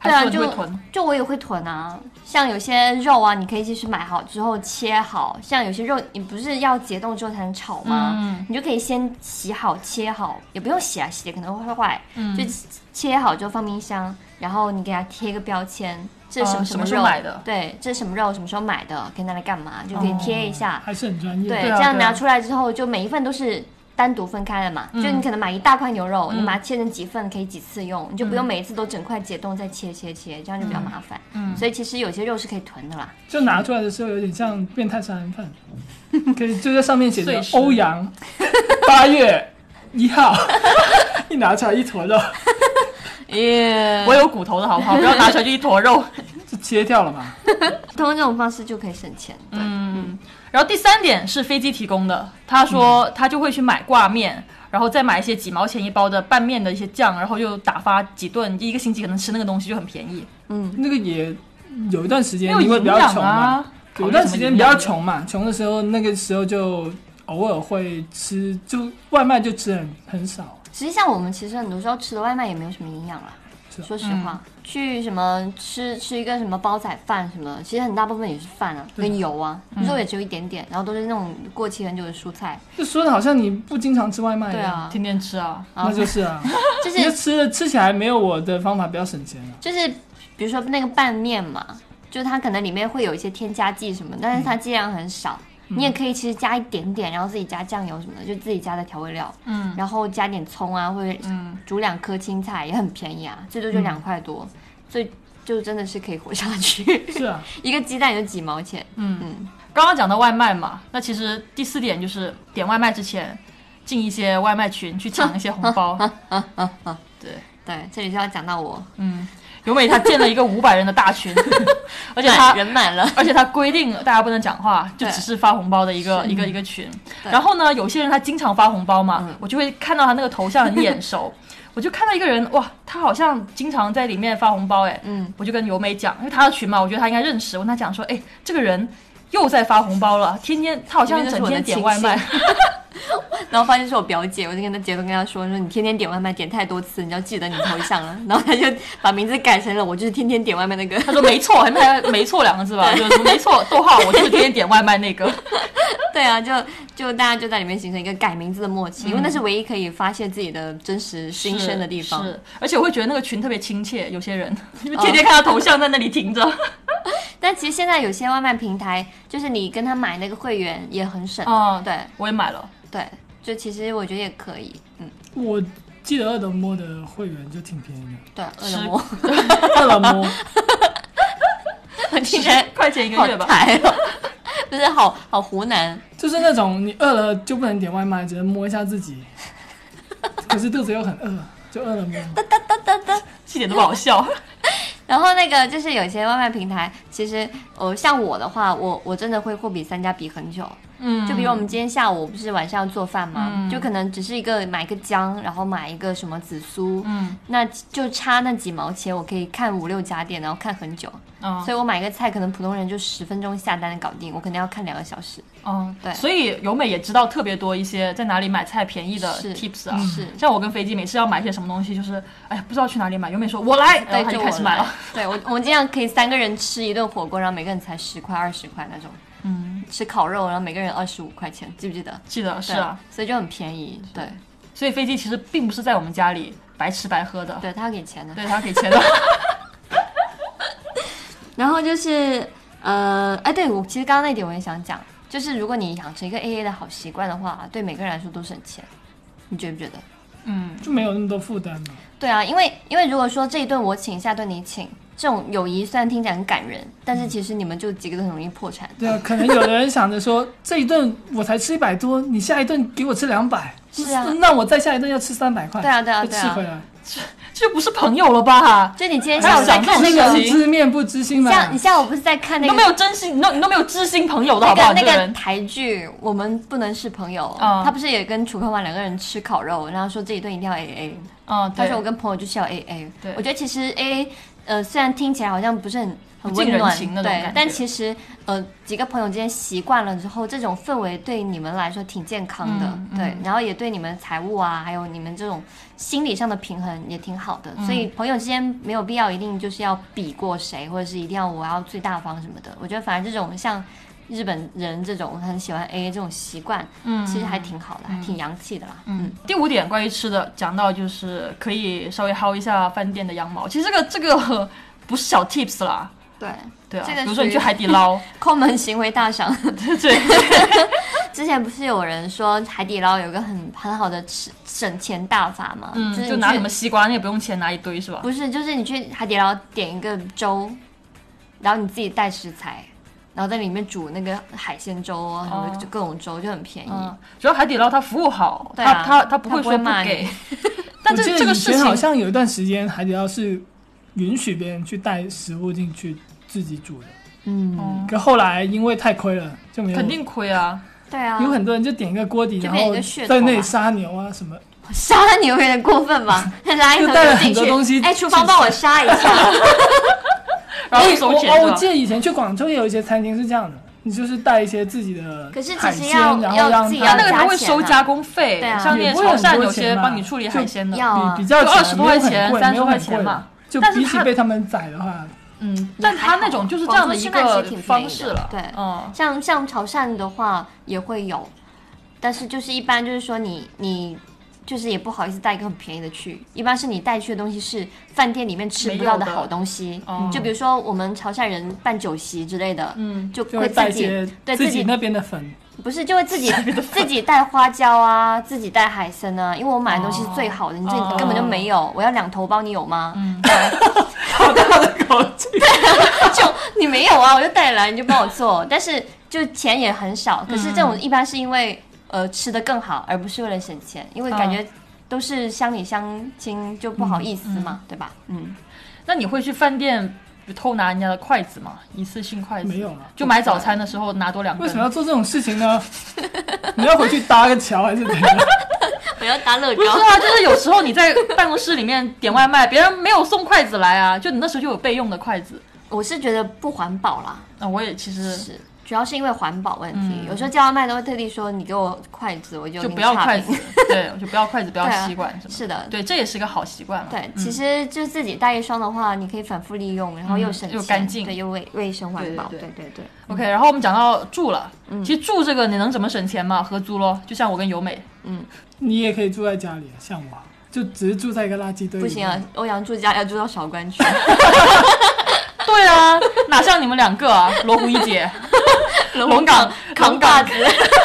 [SPEAKER 1] 还是你会囤？
[SPEAKER 2] 就我也会囤啊，像有些肉啊，你可以其实买好之后切好，像有些肉你不是要解冻之后才能炒吗？嗯，你就可以先洗好切好，也不用洗啊，洗可能会坏，嗯，就切好之后放冰箱，然后你给它贴一个标签。这是什么什么肉、
[SPEAKER 1] 呃、买的？
[SPEAKER 2] 对，这是什么肉，什么时候买的，可以拿来干嘛，就可以贴一下，
[SPEAKER 3] 哦、还是很专业。
[SPEAKER 2] 对，
[SPEAKER 1] 对啊、
[SPEAKER 2] 这样拿出来之后，就每一份都是单独分开的嘛。嗯、就你可能买一大块牛肉，嗯、你把它切成几份，可以几次用，你就不用每一次都整块解冻再切切切，这样就比较麻烦。嗯，所以其实有些肉是可以囤的啦。
[SPEAKER 3] 就拿出来的时候有点像变态杀人犯，可以就在上面写着欧阳八月一号，一拿出来一坨肉。
[SPEAKER 2] 耶、yeah ，
[SPEAKER 1] 我有骨头的好不好？不要拿出来就一坨肉，
[SPEAKER 3] 就切掉了嘛。
[SPEAKER 2] 通过这种方式就可以省钱。对
[SPEAKER 1] 嗯，然后第三点是飞机提供的，他说他就会去买挂面，然后再买一些几毛钱一包的拌面的一些酱，然后就打发几顿，一个星期可能吃那个东西就很便宜。
[SPEAKER 3] 嗯，那个也有一段时间因为比较穷嘛，有一段时间比较穷嘛，穷的时候那个时候就偶尔会吃，就外卖就吃很很少。
[SPEAKER 2] 实际上我们其实很多时候吃的外卖也没有什么营养啦，说实话、嗯、去什么吃吃一个什么煲仔饭什么，其实很大部分也是饭啊跟油啊、嗯、肉也只有一点点，然后都是那种过期很久的蔬菜，
[SPEAKER 3] 就说的好像你不经常吃外卖一样。
[SPEAKER 2] 对啊，
[SPEAKER 1] 天天吃啊，
[SPEAKER 3] 那就是啊
[SPEAKER 2] 就是
[SPEAKER 3] 吃吃起来没有我的方法比较省钱啊。
[SPEAKER 2] 就是比如说那个拌面嘛，就它可能里面会有一些添加剂什么，但是它剂量很少、嗯你也可以其实加一点点，然后自己加酱油什么的，就自己加的调味料，嗯，然后加点葱啊，或者煮两颗青菜，也很便宜啊，最多就两块多、嗯，所以就真的是可以活下去。
[SPEAKER 3] 是啊，
[SPEAKER 2] 一个鸡蛋也就几毛钱。嗯
[SPEAKER 1] 嗯。刚刚讲到外卖嘛，那其实第四点就是点外卖之前进一些外卖群去抢一些红包。啊啊啊啊！对
[SPEAKER 2] 对，这里就要讲到我，
[SPEAKER 1] 嗯。由美她建了一个五百人的大群，而且她
[SPEAKER 2] 人满了，
[SPEAKER 1] 而且她规定大家不能讲话，就只是发红包的一个一个一个群。然后呢，有些人他经常发红包嘛，嗯、我就会看到他那个头像很眼熟，我就看到一个人，哇，他好像经常在里面发红包，哎，嗯，我就跟由美讲，因为他的群嘛，我觉得他应该认识，我跟他讲说，哎，这个人又在发红包了，天天他好像整天点外卖。
[SPEAKER 2] 然后发现是我表姐，我就跟她姐夫跟她说说你天天点外卖点太多次，你要记得你头像了。然后她就把名字改成了我就是天天点外卖那个。
[SPEAKER 1] 她说没错，还没没错两个字吧，就是没错，逗号，我就是天天点外卖那个。
[SPEAKER 2] 对啊，就就大家就在里面形成一个改名字的默契、嗯，因为那是唯一可以发现自己的真实心声的地方。
[SPEAKER 1] 是，是而且我会觉得那个群特别亲切，有些人因为天天看他头像在那里停着。
[SPEAKER 2] 但其实现在有些外卖平台，就是你跟他买那个会员也很省。
[SPEAKER 1] 哦，
[SPEAKER 2] 对，
[SPEAKER 1] 我也买了。
[SPEAKER 2] 对，就其实我觉得也可以。嗯，
[SPEAKER 3] 我记得饿了么的会员就挺便宜的。
[SPEAKER 2] 对，饿了么，
[SPEAKER 3] 饿了么，
[SPEAKER 2] 我听起来
[SPEAKER 1] 块钱一个月吧。
[SPEAKER 2] 好台哦，不是好好湖南，
[SPEAKER 3] 就是那种你饿了就不能点外卖，只能摸一下自己，可是肚子又很饿，就饿了么。
[SPEAKER 2] 哒哒哒哒哒，
[SPEAKER 1] 一点都不好笑。
[SPEAKER 2] 然后那个就是有些外卖平台，其实呃像我的话，我我真的会货比三家比很久。嗯，就比如我们今天下午不是晚上要做饭吗？嗯，就可能只是一个买一个姜，然后买一个什么紫苏，嗯，那就差那几毛钱，我可以看五六家店，然后看很久。哦，所以我买一个菜，可能普通人就十分钟下单的搞定，我可能要看两个小时。
[SPEAKER 1] 哦，对，所以由美也知道特别多一些在哪里买菜便宜的 tips 啊。
[SPEAKER 2] 是，
[SPEAKER 1] 像我跟飞机每次要买些什么东西，就是哎呀不知道去哪里买，由美说我来，然后他就开始买了。
[SPEAKER 2] 对我，我们这样可以三个人吃一顿火锅，然后每个人才十块、二十块那种。嗯，吃烤肉，然后每个人二十五块钱，记不记得？
[SPEAKER 1] 记得，是啊，
[SPEAKER 2] 所以就很便宜。对，
[SPEAKER 1] 所以飞机其实并不是在我们家里白吃白喝的，
[SPEAKER 2] 对他要给钱的，
[SPEAKER 1] 对他要给钱的。
[SPEAKER 2] 然后就是呃，哎，对我其实刚刚那一点我也想讲，就是如果你养成一个 A A 的好习惯的话，对每个人来说都省钱，你觉不觉得？
[SPEAKER 3] 嗯，就没有那么多负担嘛。
[SPEAKER 2] 对啊，因为因为如果说这一顿我请，下顿你请。这种友谊虽然听起来很感人，但是其实你们就几个都很容易破产。
[SPEAKER 3] 对啊，可能有的人想着说，这一顿我才吃一百多，你下一顿给我吃两百，
[SPEAKER 2] 是啊，
[SPEAKER 3] 那我再下一顿要吃三百块，
[SPEAKER 2] 对啊对啊对啊，
[SPEAKER 3] 吃回来，
[SPEAKER 1] 这这不是朋友了吧？
[SPEAKER 2] 就你今天下午在看那个
[SPEAKER 3] 知面不知心嘛，
[SPEAKER 2] 像你下午不是在看那个，
[SPEAKER 1] 你都没有真心，你都你都没有知心朋友的好不好？
[SPEAKER 2] 那个那个台剧《我们不能是朋友》，嗯，他不是也跟楚科婉两个人吃烤肉，然后说这一顿一定要 A A。嗯，他说我跟朋友就是要 A A， 对，我觉得其实 A A 呃，虽然听起来好像不是很很
[SPEAKER 1] 不近
[SPEAKER 2] 温暖，
[SPEAKER 1] 人情那种感觉，
[SPEAKER 2] 对但其实呃几个朋友之间习惯了之后，这种氛围对你们来说挺健康的，
[SPEAKER 1] 嗯嗯
[SPEAKER 2] 对，然后也对你们财务啊，还有你们这种心理上的平衡也挺好的，
[SPEAKER 1] 嗯
[SPEAKER 2] 所以朋友之间没有必要一定就是要比过谁，或者是一定要我要最大方什么的。我觉得反而这种像日本人这种很喜欢 A A 这种习惯，
[SPEAKER 1] 嗯
[SPEAKER 2] 其实还挺好的，还挺洋气的啦。
[SPEAKER 1] 嗯，第五点关于吃的，讲到就是可以稍微薅一下饭店的羊毛。其实这个这个不是小 tips 啦，
[SPEAKER 2] 对
[SPEAKER 1] 对啊，
[SPEAKER 2] 这个
[SPEAKER 1] 比如说你去海底捞，
[SPEAKER 2] 抠门行为大赏。
[SPEAKER 1] 对对，
[SPEAKER 2] 之前不是有人说海底捞有个很很好的吃省钱大法吗？
[SPEAKER 1] 嗯，
[SPEAKER 2] 就是
[SPEAKER 1] 就拿
[SPEAKER 2] 你去
[SPEAKER 1] 什么西瓜，你也不用钱，拿一堆是吧？
[SPEAKER 2] 不是，就是你去海底捞点一个粥，然后你自己带食材，然后在里面煮那个海鲜粥啊，什么
[SPEAKER 1] 哦
[SPEAKER 2] 就各种粥，就很便宜。
[SPEAKER 1] 嗯，主要海底捞它服务好，
[SPEAKER 2] 对啊
[SPEAKER 1] 它它它不会
[SPEAKER 2] 它不
[SPEAKER 1] 说不给
[SPEAKER 2] 会骂你。
[SPEAKER 1] 但这
[SPEAKER 3] 我记得以
[SPEAKER 1] 这个事情
[SPEAKER 3] 前好像有一段时间海底捞是允许别人去带食物进去自己煮的，
[SPEAKER 2] 嗯，
[SPEAKER 1] 嗯
[SPEAKER 3] 可后来因为太亏了就没有。
[SPEAKER 1] 肯定亏啊。
[SPEAKER 2] 对啊，
[SPEAKER 3] 有很多人就点一个锅底，
[SPEAKER 2] 就
[SPEAKER 3] 然后
[SPEAKER 2] 变一个噱头
[SPEAKER 3] 在那里
[SPEAKER 2] 嘛
[SPEAKER 3] 杀牛啊什么。
[SPEAKER 2] 杀牛有点过分吧？拉一盒
[SPEAKER 3] 就带了
[SPEAKER 2] 进去
[SPEAKER 3] 很多东西
[SPEAKER 2] 哎，厨房帮我杀一下。
[SPEAKER 1] 然后
[SPEAKER 3] 哎我哦，我
[SPEAKER 1] 收钱是吧？
[SPEAKER 3] 记得以前去广州也有一些餐厅是这样的，你就是带一些自己的
[SPEAKER 2] 可是其实
[SPEAKER 3] 海鲜，
[SPEAKER 2] 要
[SPEAKER 3] 然后
[SPEAKER 2] 要
[SPEAKER 3] 让它
[SPEAKER 2] 自己要
[SPEAKER 1] 那个他会
[SPEAKER 2] 加钱啊
[SPEAKER 1] 收加工费，
[SPEAKER 2] 对啊
[SPEAKER 1] 像那些
[SPEAKER 3] 也不会很
[SPEAKER 1] 潮汕有
[SPEAKER 3] 多钱吧
[SPEAKER 1] 些帮你处理海鲜的，
[SPEAKER 2] 要啊
[SPEAKER 3] 比比较
[SPEAKER 1] 就
[SPEAKER 3] 起来
[SPEAKER 1] 20多块钱
[SPEAKER 3] 没有很贵
[SPEAKER 1] 30
[SPEAKER 3] 没有很
[SPEAKER 1] 块钱嘛
[SPEAKER 3] 贵就比起
[SPEAKER 1] 但是它
[SPEAKER 3] 被他们宰的话，
[SPEAKER 1] 嗯，但他那种就是这样的一个方式了，
[SPEAKER 2] 对，
[SPEAKER 1] 嗯，
[SPEAKER 2] 像像潮汕的话也会有，但是就是一般就是说你你就是也不好意思带一个很便宜的去，一般是你带去的东西是饭店里面吃不到的好东西，
[SPEAKER 1] 哦
[SPEAKER 2] 就比如说我们潮汕人办酒席之类的，
[SPEAKER 1] 嗯，
[SPEAKER 2] 就
[SPEAKER 3] 就会带
[SPEAKER 2] 会自己
[SPEAKER 3] 一些
[SPEAKER 2] 对自己
[SPEAKER 3] 自己那边的粉。
[SPEAKER 2] 不是就会自己自己带花椒啊，自己带海参啊，因为我买的东西是最好的，你这
[SPEAKER 1] 哦
[SPEAKER 2] 根本就没有，我要两头包，你有吗？
[SPEAKER 1] 嗯，
[SPEAKER 3] 好大的口气！
[SPEAKER 2] 就你没有啊，我就带来，你就帮我做，但是就钱也很少。可是这种一般是因为呃吃的更好，而不是为了省钱，因为感觉都是乡里乡亲，就不好意思嘛，对吧？嗯，
[SPEAKER 1] 那你会去饭店偷拿人家的筷子吗？一次性筷子
[SPEAKER 3] 没有了，
[SPEAKER 1] 就买早餐的时候拿多两根。
[SPEAKER 3] 为什么要做这种事情呢？你要回去搭个桥还是怎样？
[SPEAKER 2] 我要打乐高。
[SPEAKER 1] 不是啊，就是有时候你在办公室里面点外卖，别人没有送筷子来啊，就你那时候就有备用的筷子。
[SPEAKER 2] 我是觉得不环保啦，
[SPEAKER 1] 啊，我也其实
[SPEAKER 2] 是主要是因为环保问题。
[SPEAKER 1] 嗯
[SPEAKER 2] 有时候叫外卖都会特地说你给我筷子，我就
[SPEAKER 1] 就
[SPEAKER 2] 给你差评
[SPEAKER 1] 不要筷子，对，我就不要筷子，不要
[SPEAKER 2] 对啊
[SPEAKER 1] 吸管什么的。
[SPEAKER 2] 是的，
[SPEAKER 1] 对，这也是一个好习惯了。
[SPEAKER 2] 对，
[SPEAKER 1] 嗯
[SPEAKER 2] 其实就自己带一双的话，你可以反复利用，然后又省钱，
[SPEAKER 1] 又干净
[SPEAKER 2] 对，又卫卫生环保，
[SPEAKER 1] 对对
[SPEAKER 2] 对对对。
[SPEAKER 1] OK，然后我们讲到住了，
[SPEAKER 2] 嗯
[SPEAKER 1] 其实住这个你能怎么省钱嘛？合租咯，就像我跟由美，
[SPEAKER 3] 你也可以住在家里，像我，就只是住在一个垃圾堆里面。
[SPEAKER 2] 不行啊，欧阳住家要住到韶关去，
[SPEAKER 1] 对啊，哪像你们两个啊，罗湖一姐，龙岗
[SPEAKER 2] 扛把子，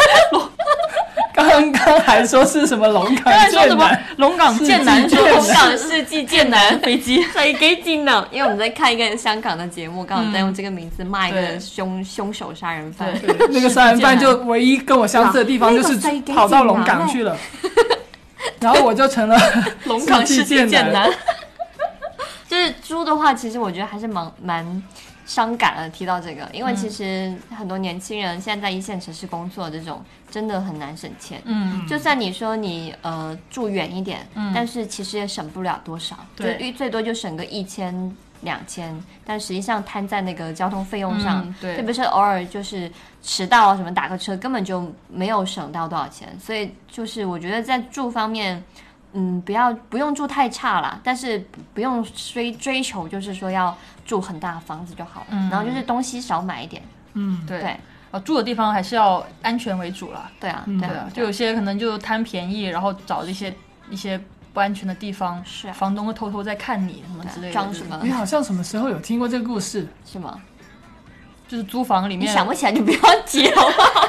[SPEAKER 3] 刚刚还说是什么龙岗
[SPEAKER 1] 刚才说什么
[SPEAKER 3] 剑南，
[SPEAKER 1] 龙岗剑南
[SPEAKER 3] 世纪
[SPEAKER 1] 说
[SPEAKER 2] 龙岗世纪剑南
[SPEAKER 1] 飞机，
[SPEAKER 2] 所以给劲呢，因为我们在看一个香港的节目，刚好在用这个名字骂一个
[SPEAKER 1] 对
[SPEAKER 2] 凶凶手杀人犯。
[SPEAKER 1] 对
[SPEAKER 3] 对那个杀人犯就唯一跟我相似的地方就是跑到龙岗去了，然后我就成了
[SPEAKER 1] 龙岗世纪剑南。
[SPEAKER 2] 就是猪的话，其实我觉得还是蛮蛮伤感的。提到这个，因为其实很多年轻人现在在一线城市工作，这种真的很难省钱。
[SPEAKER 1] 嗯，
[SPEAKER 2] 就算你说你呃住远一点，
[SPEAKER 1] 嗯
[SPEAKER 2] 但是其实也省不了多少，就
[SPEAKER 1] 对
[SPEAKER 2] 最多就省个一千两千，但实际上摊在那个交通费用上，
[SPEAKER 1] 嗯对
[SPEAKER 2] 特别是偶尔就是迟到啊什么打个车，根本就没有省到多少钱。所以就是我觉得在住方面。嗯，不要不用住太差啦，但是不用追追求，就是说要住很大的房子就好了。
[SPEAKER 1] 嗯
[SPEAKER 2] 然后就是东西少买一点，
[SPEAKER 3] 嗯，
[SPEAKER 1] 对，
[SPEAKER 2] 对
[SPEAKER 1] 啊，住的地方还是要安全为主啦。
[SPEAKER 2] 对啊，
[SPEAKER 3] 嗯
[SPEAKER 2] 对啊
[SPEAKER 1] 对啊，，就有些可能就贪便宜，然后找一些一些不安全的地方，
[SPEAKER 2] 是啊
[SPEAKER 1] 房东会偷偷在看你什么之类的，
[SPEAKER 2] 装什么
[SPEAKER 3] 你好像什么时候有听过这个故事？
[SPEAKER 2] 是吗？
[SPEAKER 1] 就是租房里面
[SPEAKER 2] 你想不起来就不要接好不好？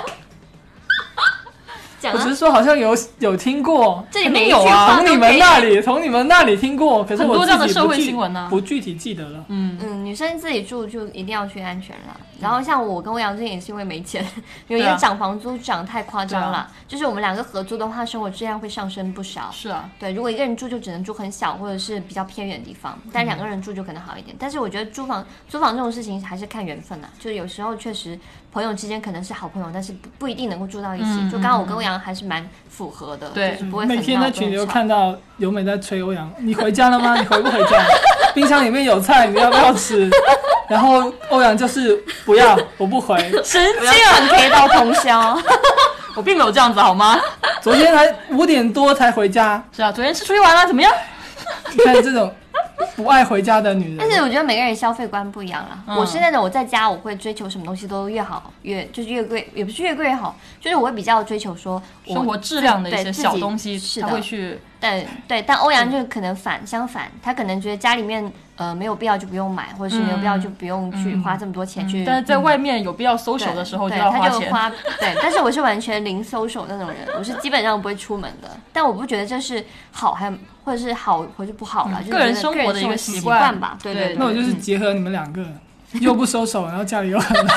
[SPEAKER 2] 讲啊
[SPEAKER 3] 我只是，说好像有有听过，
[SPEAKER 2] 这里每一句
[SPEAKER 1] 肯定有啊
[SPEAKER 2] 话
[SPEAKER 3] 从你们
[SPEAKER 2] 都可以。
[SPEAKER 3] 那里，从你们那里听过，可是
[SPEAKER 1] 很多
[SPEAKER 3] 我
[SPEAKER 1] 这样的社会
[SPEAKER 3] 自己不具
[SPEAKER 1] 新闻啊
[SPEAKER 3] 不具体记得了。
[SPEAKER 1] 嗯
[SPEAKER 2] 嗯，女生自己住就一定要去安全啦。然后像我跟欧阳最近也是因为没钱，有一
[SPEAKER 1] 对啊
[SPEAKER 2] 个涨房租涨太夸张了
[SPEAKER 1] 对啊，
[SPEAKER 2] 就是我们两个合租的话，生活质量会上升不少。
[SPEAKER 1] 是啊，
[SPEAKER 2] 对，如果一个人住就只能住很小或者是比较偏远的地方，但两个人住就可能好一点。但是我觉得租房租房这种事情还是看缘分啊，就是有时候确实朋友之间可能是好朋友，但是不不一定能够住到一起。
[SPEAKER 1] 嗯
[SPEAKER 2] 就刚刚我跟欧阳还是蛮符合的，
[SPEAKER 1] 对
[SPEAKER 2] 就是不会很
[SPEAKER 3] 每天
[SPEAKER 2] 闹
[SPEAKER 3] 在群里都
[SPEAKER 2] 不会吵
[SPEAKER 3] 看到由美在催欧阳，你回家了吗？你回不回家？ 冰箱里面有菜，你要不要吃？然后欧阳就是不要，我不回。
[SPEAKER 1] 神
[SPEAKER 2] 我要
[SPEAKER 1] 经啊！
[SPEAKER 2] 放贴到通宵。
[SPEAKER 1] 我并没有这样子好吗？
[SPEAKER 3] 昨天才五点多才回家，
[SPEAKER 1] 是啊，昨天是出去玩了，怎么样？
[SPEAKER 3] 你看这种不爱回家的女人。
[SPEAKER 2] 但是我觉得每个人消费观不一样啦。
[SPEAKER 1] 嗯
[SPEAKER 2] 我是那种我在家我会追求什么东西都越好越就是越贵，也不是越贵越好，就是我会比较追求说我
[SPEAKER 1] 生活质量的一些
[SPEAKER 2] 对
[SPEAKER 1] 小东西，他
[SPEAKER 2] 自己是的
[SPEAKER 1] 会去
[SPEAKER 2] 但对，但欧阳就可能反相反，他可能觉得家里面呃没有必要就不用买，或者是没有必要就不用去花这么多钱去。
[SPEAKER 1] 但是在外面有必要搜手的时候就
[SPEAKER 2] 对
[SPEAKER 1] 要花钱。
[SPEAKER 2] 他就花对，但是我是完全零搜手那种人，我是基本上不会出门的。但我不觉得这是好还或者是好或者不好啦，就是
[SPEAKER 1] 个人
[SPEAKER 2] 觉得
[SPEAKER 1] 生活的一个
[SPEAKER 2] 习
[SPEAKER 1] 习惯
[SPEAKER 2] 吧。对
[SPEAKER 1] 对
[SPEAKER 2] 对，
[SPEAKER 3] 那我就是
[SPEAKER 2] 嗯
[SPEAKER 3] 结合你们两个，又不收手，然后家里又很烂，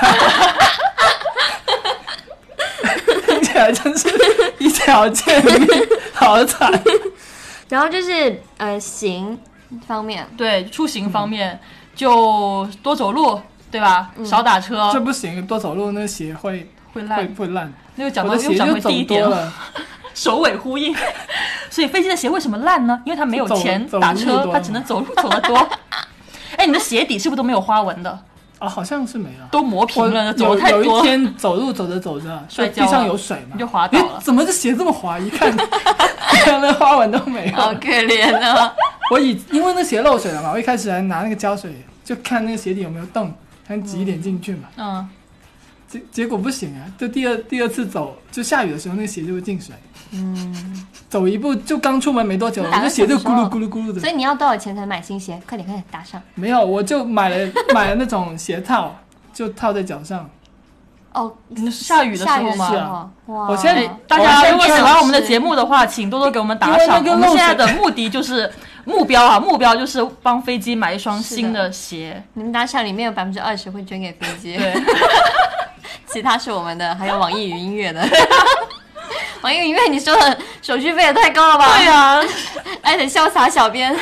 [SPEAKER 3] 听起来真是一条贱命，好惨。
[SPEAKER 2] 然后就是呃行方面，
[SPEAKER 1] 对出行方面、就多走路，对吧？少打车，
[SPEAKER 3] 这不行，多走路那鞋会会
[SPEAKER 1] 会烂。
[SPEAKER 3] 会烂。
[SPEAKER 1] 那就讲
[SPEAKER 3] 我的
[SPEAKER 1] 到又讲
[SPEAKER 3] 鞋就走
[SPEAKER 1] 回第一点
[SPEAKER 3] 多了，
[SPEAKER 1] 首尾呼应。所以飞机的鞋为什么烂呢？因为它没有钱
[SPEAKER 3] 走
[SPEAKER 1] 打车，
[SPEAKER 3] 走路多
[SPEAKER 1] 它只能走路走得多。哎，你的鞋底是不是都没有花纹的？
[SPEAKER 3] 啊，好像是没了。
[SPEAKER 1] 都磨平
[SPEAKER 3] 我
[SPEAKER 1] 了，走
[SPEAKER 3] 有有一
[SPEAKER 1] 得太多，
[SPEAKER 3] 天走路走着走着，
[SPEAKER 1] 摔跤了
[SPEAKER 3] 就地上有水嘛，
[SPEAKER 1] 你就滑倒了
[SPEAKER 3] 诶怎么这鞋这么滑？一看，连那花纹都没有。
[SPEAKER 2] 好可怜啊！
[SPEAKER 3] 我以因为那鞋漏水了嘛，我一开始还拿那个胶水就看那个鞋底有没有洞，想挤一点进去嘛。
[SPEAKER 1] 嗯，
[SPEAKER 3] 结结果不行啊，就第二第二次走，就下雨的时候那个鞋就会进水。嗯，走一步就刚出门没多久，我
[SPEAKER 2] 打算
[SPEAKER 3] 这鞋就咕
[SPEAKER 2] 什么时候
[SPEAKER 3] 噜咕噜咕噜的。
[SPEAKER 2] 所以你要多少钱才买新鞋？快点快点打上
[SPEAKER 3] 没有，我就买了买了那种鞋套，就套在脚上。
[SPEAKER 2] 哦！
[SPEAKER 1] 你是下雨的时候吗？
[SPEAKER 2] 下雨的时
[SPEAKER 3] 是啊
[SPEAKER 2] 候，哇！
[SPEAKER 3] 我现在
[SPEAKER 1] 哎大
[SPEAKER 3] 我现在
[SPEAKER 1] 家如果喜
[SPEAKER 3] 看
[SPEAKER 1] 欢我们的节目的话，请多多给我们打赏。
[SPEAKER 3] 因为那个
[SPEAKER 1] 我们现在
[SPEAKER 3] 漏水
[SPEAKER 1] 的目的就是目标啊，目标就是帮飞机买一双新的鞋。
[SPEAKER 2] 你们打赏里面有百分之二十会捐给飞机，
[SPEAKER 1] 对，
[SPEAKER 2] 其他是我们的，还有网易云音乐的。网易云音乐，你说的手续费也太高了吧？
[SPEAKER 1] 对啊。
[SPEAKER 2] 艾特潇洒小编。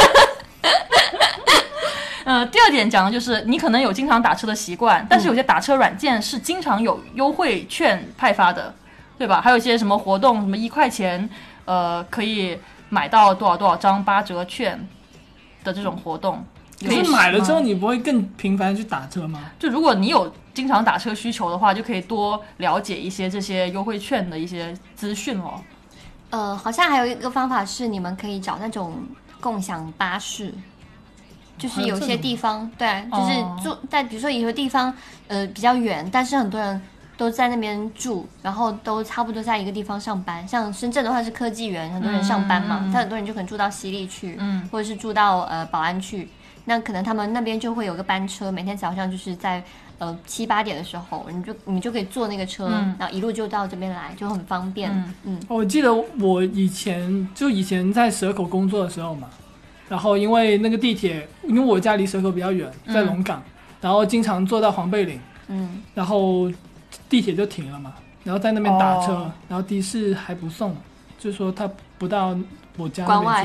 [SPEAKER 1] 呃，第二点讲的就是你可能有经常打车的习惯，但是有些打车软件是经常有优惠券派发的，对吧？还有一些什么活动，什么一块钱，呃，可以买到多少多少张八折券的这种活动。
[SPEAKER 3] 可是买了之后，你不会更频繁去打车吗？
[SPEAKER 1] 就如果你有经常打车需求的话，就可以多了解一些这些优惠券的一些资讯咯。
[SPEAKER 2] 呃，好像还有一个方法是，你们可以找那种共享巴士。就是有些地方，对，就是住在，比如说有些地方，呃，比较远，但是很多人都在那边住，然后都差不多在一个地方上班。像深圳的话是科技园，很多人上班嘛，
[SPEAKER 1] 嗯、
[SPEAKER 2] 他很多人就可能住到西丽去，
[SPEAKER 1] 嗯，
[SPEAKER 2] 或者是住到呃宝安去，那可能他们那边就会有个班车，每天早上就是在呃七八点的时候，你就你就可以坐那个车，
[SPEAKER 1] 嗯、
[SPEAKER 2] 然后一路就到这边来，就很方便。嗯，嗯
[SPEAKER 3] 我记得我以前就以前在蛇口工作的时候嘛。然后因为那个地铁，因为我家离蛇口比较远，在龙岗，嗯、然后经常坐到黄贝岭，
[SPEAKER 2] 嗯，
[SPEAKER 3] 然后地铁就停了嘛，然后在那边打车，
[SPEAKER 1] 哦、
[SPEAKER 3] 然后的士还不送，就说他不到我家
[SPEAKER 2] 关外，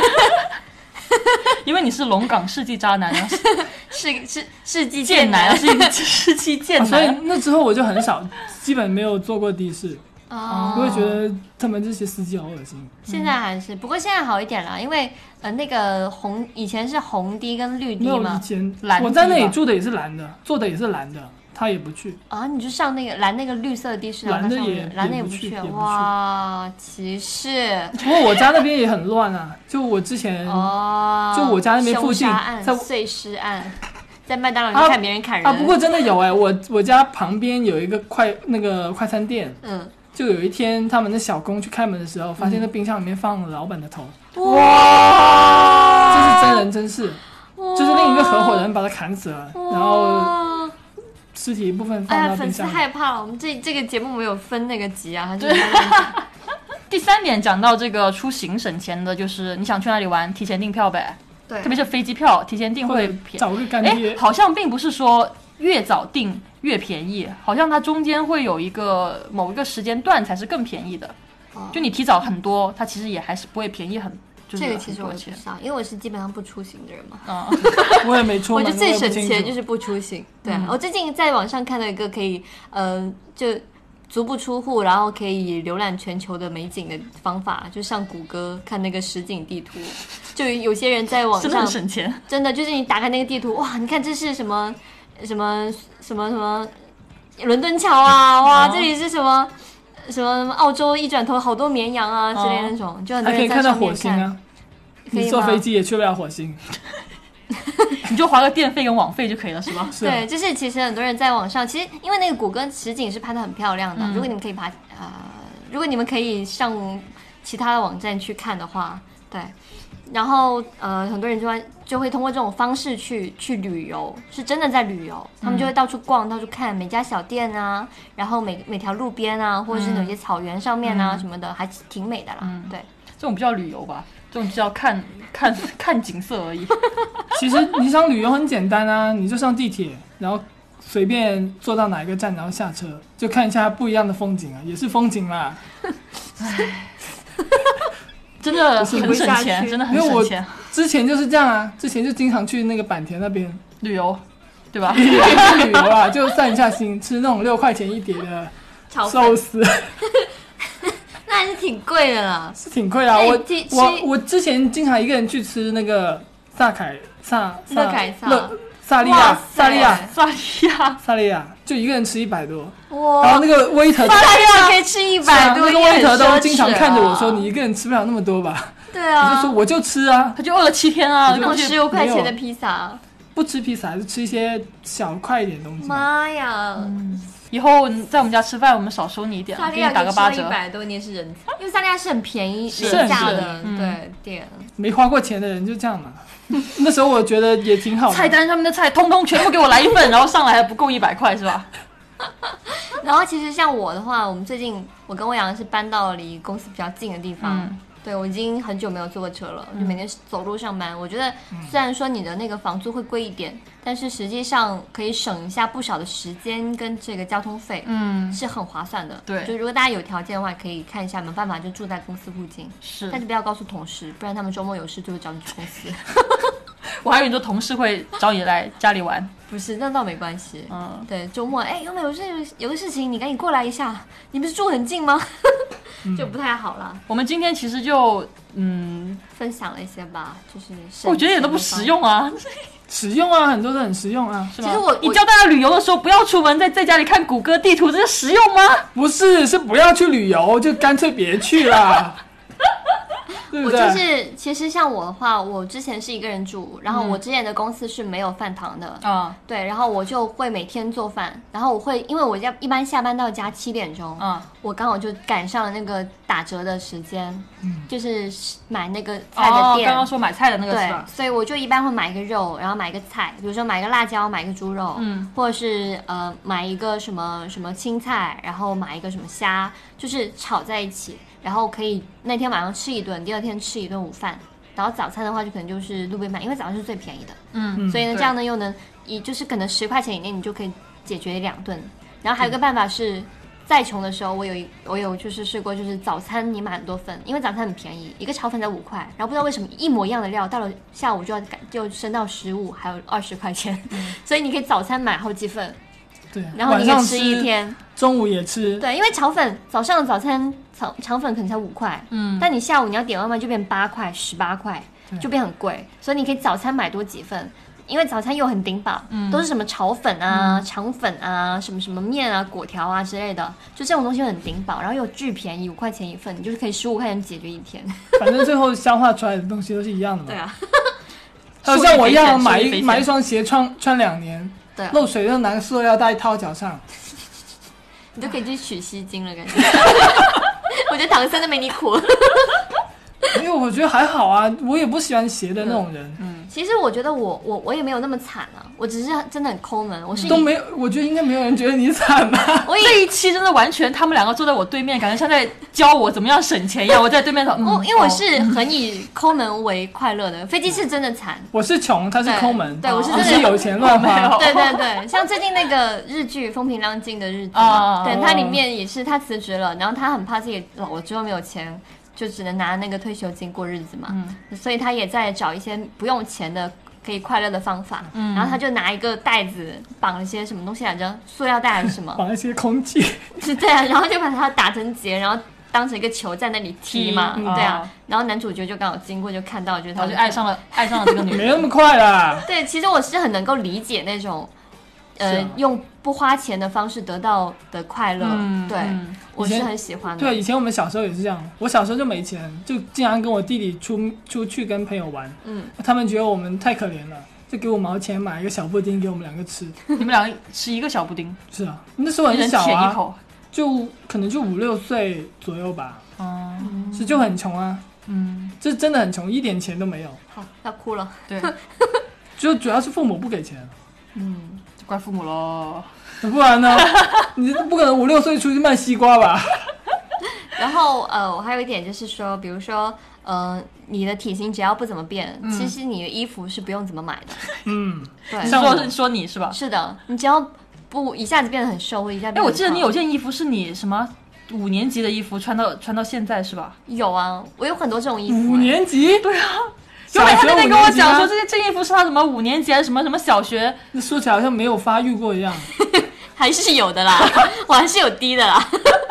[SPEAKER 1] 因为你是龙岗世纪渣男啊，
[SPEAKER 2] 世世世纪
[SPEAKER 1] 贱
[SPEAKER 2] 男，
[SPEAKER 1] 是世纪贱男、
[SPEAKER 3] 啊，所以那之后我就很少，基本没有坐过的士。
[SPEAKER 2] 哦，
[SPEAKER 3] 我会觉得他们这些司机好恶心。
[SPEAKER 2] 现在还是，不过现在好一点了，因为呃那个红以前是红的跟绿的嘛，
[SPEAKER 3] 以前
[SPEAKER 1] 蓝
[SPEAKER 3] 我在那里住的也是蓝的，坐的也是蓝的，他也不去
[SPEAKER 2] 啊，你就上那个蓝那个绿色的的士，
[SPEAKER 3] 蓝的也
[SPEAKER 2] 蓝的
[SPEAKER 3] 也不
[SPEAKER 2] 去，
[SPEAKER 3] 也不去
[SPEAKER 2] 哇，歧视。
[SPEAKER 3] 不过我家那边也很乱啊，就我之前
[SPEAKER 2] 哦，
[SPEAKER 3] 就我家那边附近，
[SPEAKER 2] 在碎尸案。在麦当劳就看别人砍人
[SPEAKER 3] 啊！不过真的有哎、欸，我我家旁边有一个快那个快餐店，
[SPEAKER 2] 嗯，
[SPEAKER 3] 就有一天他们的小工去开门的时候，发现那冰箱里面放了老板的头，
[SPEAKER 2] 哇，
[SPEAKER 3] 这是真人真事，就是另一个合伙人把他砍死了，然后尸体一部分放到冰箱。
[SPEAKER 2] 哎呀，粉丝害怕了，我们这这个节目没有分那个级啊，还是
[SPEAKER 1] 第三点讲到这个出行省钱的，就是你想去哪里玩，提前订票呗。
[SPEAKER 2] 对，
[SPEAKER 1] 特别是飞机票，提前订会便宜。
[SPEAKER 3] 找个干爹。
[SPEAKER 1] 哎，好像并不是说越早订越便宜，好像它中间会有一个某一个时间段才是更便宜的。哦、就你提早很多，它其实也还是不会便宜很。就是、
[SPEAKER 2] 这个其实我不知道，因为我是基本上不出行的人嘛。
[SPEAKER 1] 啊、
[SPEAKER 3] 嗯，我也没出门。
[SPEAKER 2] 我觉得最省钱就是不出行。对、啊
[SPEAKER 1] 嗯，
[SPEAKER 2] 我最近在网上看到一个可以，呃，就足不出户，然后可以浏览全球的美景的方法，就上谷歌看那个实景地图。就有些人在网上
[SPEAKER 1] 真的很省钱，
[SPEAKER 2] 真的就是你打开那个地图，哇，你看这是什么什么什么什么伦敦桥啊，哇，
[SPEAKER 1] 哦、
[SPEAKER 2] 这里是什么什么澳洲一转头好多绵羊啊之类的那种，
[SPEAKER 1] 哦、
[SPEAKER 2] 就很多人在上面看。
[SPEAKER 3] 还可以看到火星啊，你坐飞机也去不了火星。
[SPEAKER 1] 你就花个电费跟网费就可以了，是吧？
[SPEAKER 3] 是啊、
[SPEAKER 2] 对，就是其实很多人在网上，其实因为那个谷歌实景是拍得很漂亮的，嗯、如果你们可以把呃，如果你们可以上其他的网站去看的话，对，然后呃，很多人就会就会通过这种方式去去旅游，是真的在旅游，他们就会到处逛，嗯、到处看每家小店啊，然后每每条路边啊，或者是有些草原上面啊、嗯、什么的，还挺美的啦。嗯、对，
[SPEAKER 1] 这种比较旅游吧。这种叫看看看景色而已。
[SPEAKER 3] 其实你想旅游很简单啊，你就上地铁，然后随便坐到哪一个站，然后下车，就看一下不一样的风景啊，也是风景啦。
[SPEAKER 1] 唉，真的很省钱，真的很省钱。
[SPEAKER 3] 之前就是这样啊，之前就经常去那个坂田那边
[SPEAKER 1] 旅游，对吧？
[SPEAKER 3] 旅游啊，就散一下心，吃那种六块钱一碟的寿司。
[SPEAKER 2] 那还是挺贵的啦，
[SPEAKER 3] 是挺贵啊！我我我之前经常一个人去吃那个萨凯萨
[SPEAKER 2] 乐凯萨
[SPEAKER 3] 乐萨利亚萨利亚
[SPEAKER 1] 萨利亚
[SPEAKER 3] 萨利亚，就一个人吃一百多。
[SPEAKER 2] 哇！
[SPEAKER 3] 然后那个 waiter
[SPEAKER 2] 萨利亚可以吃一百多，
[SPEAKER 3] 那个 waiter 都经常看着我说：“你一个人吃不了那么多吧？”
[SPEAKER 2] 对啊，
[SPEAKER 3] 我就说我就吃啊，
[SPEAKER 1] 他就饿了七天啊，
[SPEAKER 2] 那种十六块钱的披萨，
[SPEAKER 3] 不吃披萨，就吃一些小块一点东西。
[SPEAKER 2] 妈呀！
[SPEAKER 1] 嗯以后在我们家吃饭，我们少收你一点，给你打个八折。
[SPEAKER 2] 一百多，你也是人才，因为萨利亚是很便宜、廉价的，对店。
[SPEAKER 3] 没花过钱的人就这样嘛。那时候我觉得也挺好的。
[SPEAKER 1] 菜单上面的菜，通通全部给我来一份，然后上来还不够一百块，是吧？
[SPEAKER 2] 然后其实像我的话，我们最近我跟欧阳是搬到离公司比较近的地方。嗯对，我已经很久没有坐过车了，就每天走路上班。嗯、我觉得虽然说你的那个房租会贵一点，但是实际上可以省一下不少的时间跟这个交通费，嗯，是很划算的。
[SPEAKER 1] 对，
[SPEAKER 2] 就如果大家有条件的话，可以看一下，有没有办法就住在公司附近。
[SPEAKER 1] 是，
[SPEAKER 2] 但是不要告诉同事，不然他们周末有事就会找你去公司。
[SPEAKER 1] 我还以为你说同事会找你来家里玩，
[SPEAKER 2] 不是，那倒没关系。嗯，对，周末哎，有没有事有个事情，你赶紧过来一下。你不是住很近吗？就不太好了。
[SPEAKER 1] 我们今天其实就嗯
[SPEAKER 2] 分享了一些吧，就是
[SPEAKER 1] 我觉得也都不实用啊，
[SPEAKER 3] 实用啊，很多都很实用啊，是吧？
[SPEAKER 2] 其实我
[SPEAKER 1] 你教大家旅游的时候不要出门，在在家里看谷歌地图，这是实用吗？
[SPEAKER 3] 不是，是不要去旅游，就干脆别去啦。对不对？
[SPEAKER 2] 我就是，其实像我的话，我之前是一个人住，然后我之前的公司是没有饭堂的啊，嗯、对，然后我就会每天做饭，然后我会，因为我要一般下班到家七点钟，嗯，我刚好就赶上了那个打折的时间，嗯，就是买那个菜的店，
[SPEAKER 1] 哦、刚刚说买菜的那个是吧？
[SPEAKER 2] 对，所以我就一般会买一个肉，然后买一个菜，比如说买一个辣椒，买一个猪肉，嗯，或者是呃买一个什么什么青菜，然后买一个什么虾，就是炒在一起。然后可以那天晚上吃一顿，第二天吃一顿午饭，然后早餐的话就可能就是路边卖，因为早上是最便宜的，嗯，所以呢这样呢又能以就是可能十块钱以内你就可以解决两顿。然后还有一个办法是，再穷的时候我有一我有就是试过，就是早餐你买很多份，因为早餐很便宜，一个炒粉才五块，然后不知道为什么一模一样的料到了下午就要就升到十五还有二十块钱，嗯、所以你可以早餐买好几份。
[SPEAKER 3] 对，
[SPEAKER 2] 然后你可以吃一天，
[SPEAKER 3] 中午也吃。
[SPEAKER 2] 对，因为炒粉早上的早餐炒肠粉可能才五块，嗯，但你下午你要点外卖就变八块、十八块，就变很贵。所以你可以早餐买多几份，因为早餐又很顶饱，嗯，都是什么炒粉啊、嗯、肠粉啊、什么什么面啊、粿条啊之类的，就这种东西很顶饱，然后又巨便宜，五块钱一份，你就是可以十五块钱解决一天。
[SPEAKER 3] 反正最后消化出来的东西都是一样的嘛。
[SPEAKER 2] 对啊，
[SPEAKER 3] 还有像我一样买一买一双鞋穿穿两年。
[SPEAKER 2] 对、啊，
[SPEAKER 3] 漏水就拿个塑料袋套脚上，
[SPEAKER 2] 你就可以去取西经了，感觉。我觉得唐僧都没你苦。
[SPEAKER 3] 因为我觉得还好啊，我也不喜欢鞋的那种人。
[SPEAKER 2] 嗯，嗯其实我觉得我我我也没有那么惨啊，我只是真的很抠门。我是
[SPEAKER 3] 都没有，我觉得应该没有人觉得你惨吧。
[SPEAKER 1] 我这一期真的完全，他们两个坐在我对面，感觉像在教我怎么样省钱一样。我在对面说，嗯、
[SPEAKER 2] 我因为我是很以抠门为快乐的。飞机是真的惨，
[SPEAKER 3] 我是穷，他是抠门。
[SPEAKER 2] 对，对我是真
[SPEAKER 3] 的是有钱乱花。
[SPEAKER 2] 对对对，像最近那个日剧《风平浪静的日子》嘛，对，它里面也是他辞职了，然后他很怕自己老了之后没有钱。就只能拿那个退休金过日子嘛，嗯、所以他也在找一些不用钱的可以快乐的方法。嗯，然后他就拿一个袋子绑了一些什么东西来着，塑料袋还是什么？
[SPEAKER 3] 绑一些空气。
[SPEAKER 2] 是对啊，然后就把它打成结，然后当成一个球在那里踢嘛，
[SPEAKER 1] 踢
[SPEAKER 2] 对啊。
[SPEAKER 1] 哦
[SPEAKER 2] 然后男主角就刚好经过，就看到，觉得他
[SPEAKER 1] 然后就爱上了爱上了这个女人。
[SPEAKER 3] 没那么快啦。
[SPEAKER 2] 对，其实我是很能够理解那种，呃，
[SPEAKER 3] 是啊
[SPEAKER 2] 用不花钱的方式得到的快乐。
[SPEAKER 1] 嗯
[SPEAKER 2] 对，
[SPEAKER 1] 嗯
[SPEAKER 2] 我是很喜欢的。
[SPEAKER 3] 对，以前我们小时候也是这样。我小时候就没钱，就经常跟我弟弟出出去跟朋友玩。
[SPEAKER 2] 嗯，
[SPEAKER 3] 他们觉得我们太可怜了，就给我毛钱买一个小布丁给我们两个吃。
[SPEAKER 1] 你们两个吃一个小布丁，
[SPEAKER 3] 是啊，那时候
[SPEAKER 1] 一人
[SPEAKER 3] 很小啊，
[SPEAKER 1] 舔一口。
[SPEAKER 3] 就可能就五六岁左右吧，
[SPEAKER 1] 哦，
[SPEAKER 3] 是就很穷啊，
[SPEAKER 1] 嗯，
[SPEAKER 3] 这真的很穷，一点钱都没有。
[SPEAKER 2] 好，要哭了。
[SPEAKER 1] 对，
[SPEAKER 3] 就主要是父母不给钱，
[SPEAKER 2] 嗯，
[SPEAKER 1] 就怪父母喽。
[SPEAKER 3] 不然呢？你不可能五六岁出去卖西瓜吧？
[SPEAKER 2] 然后呃，我还有一点就是说，比如说呃，你的体型只要不怎么变，
[SPEAKER 1] 嗯
[SPEAKER 2] 其实你的衣服是不用怎么买的。
[SPEAKER 3] 嗯，
[SPEAKER 2] 对
[SPEAKER 1] 你，
[SPEAKER 3] 像我
[SPEAKER 1] 说是说你是吧？
[SPEAKER 2] 是的，你只要不一下子变得很瘦，或者一下子
[SPEAKER 1] 哎，
[SPEAKER 2] 变得很
[SPEAKER 1] 我记得你
[SPEAKER 2] 胖
[SPEAKER 1] 有件衣服是你什么五年级的衣服，穿到穿到现在是吧？
[SPEAKER 2] 有啊，我有很多这种衣服。
[SPEAKER 3] 五年级，
[SPEAKER 1] 对啊，
[SPEAKER 3] 小
[SPEAKER 1] 因为他
[SPEAKER 3] 学五
[SPEAKER 1] 那天跟我
[SPEAKER 3] 年级啊
[SPEAKER 1] 讲说，这件这件衣服是他什么五年级还是什么什么小学？
[SPEAKER 3] 那说起来好像没有发育过一样。
[SPEAKER 2] 还是有的啦，我还是有低的啦。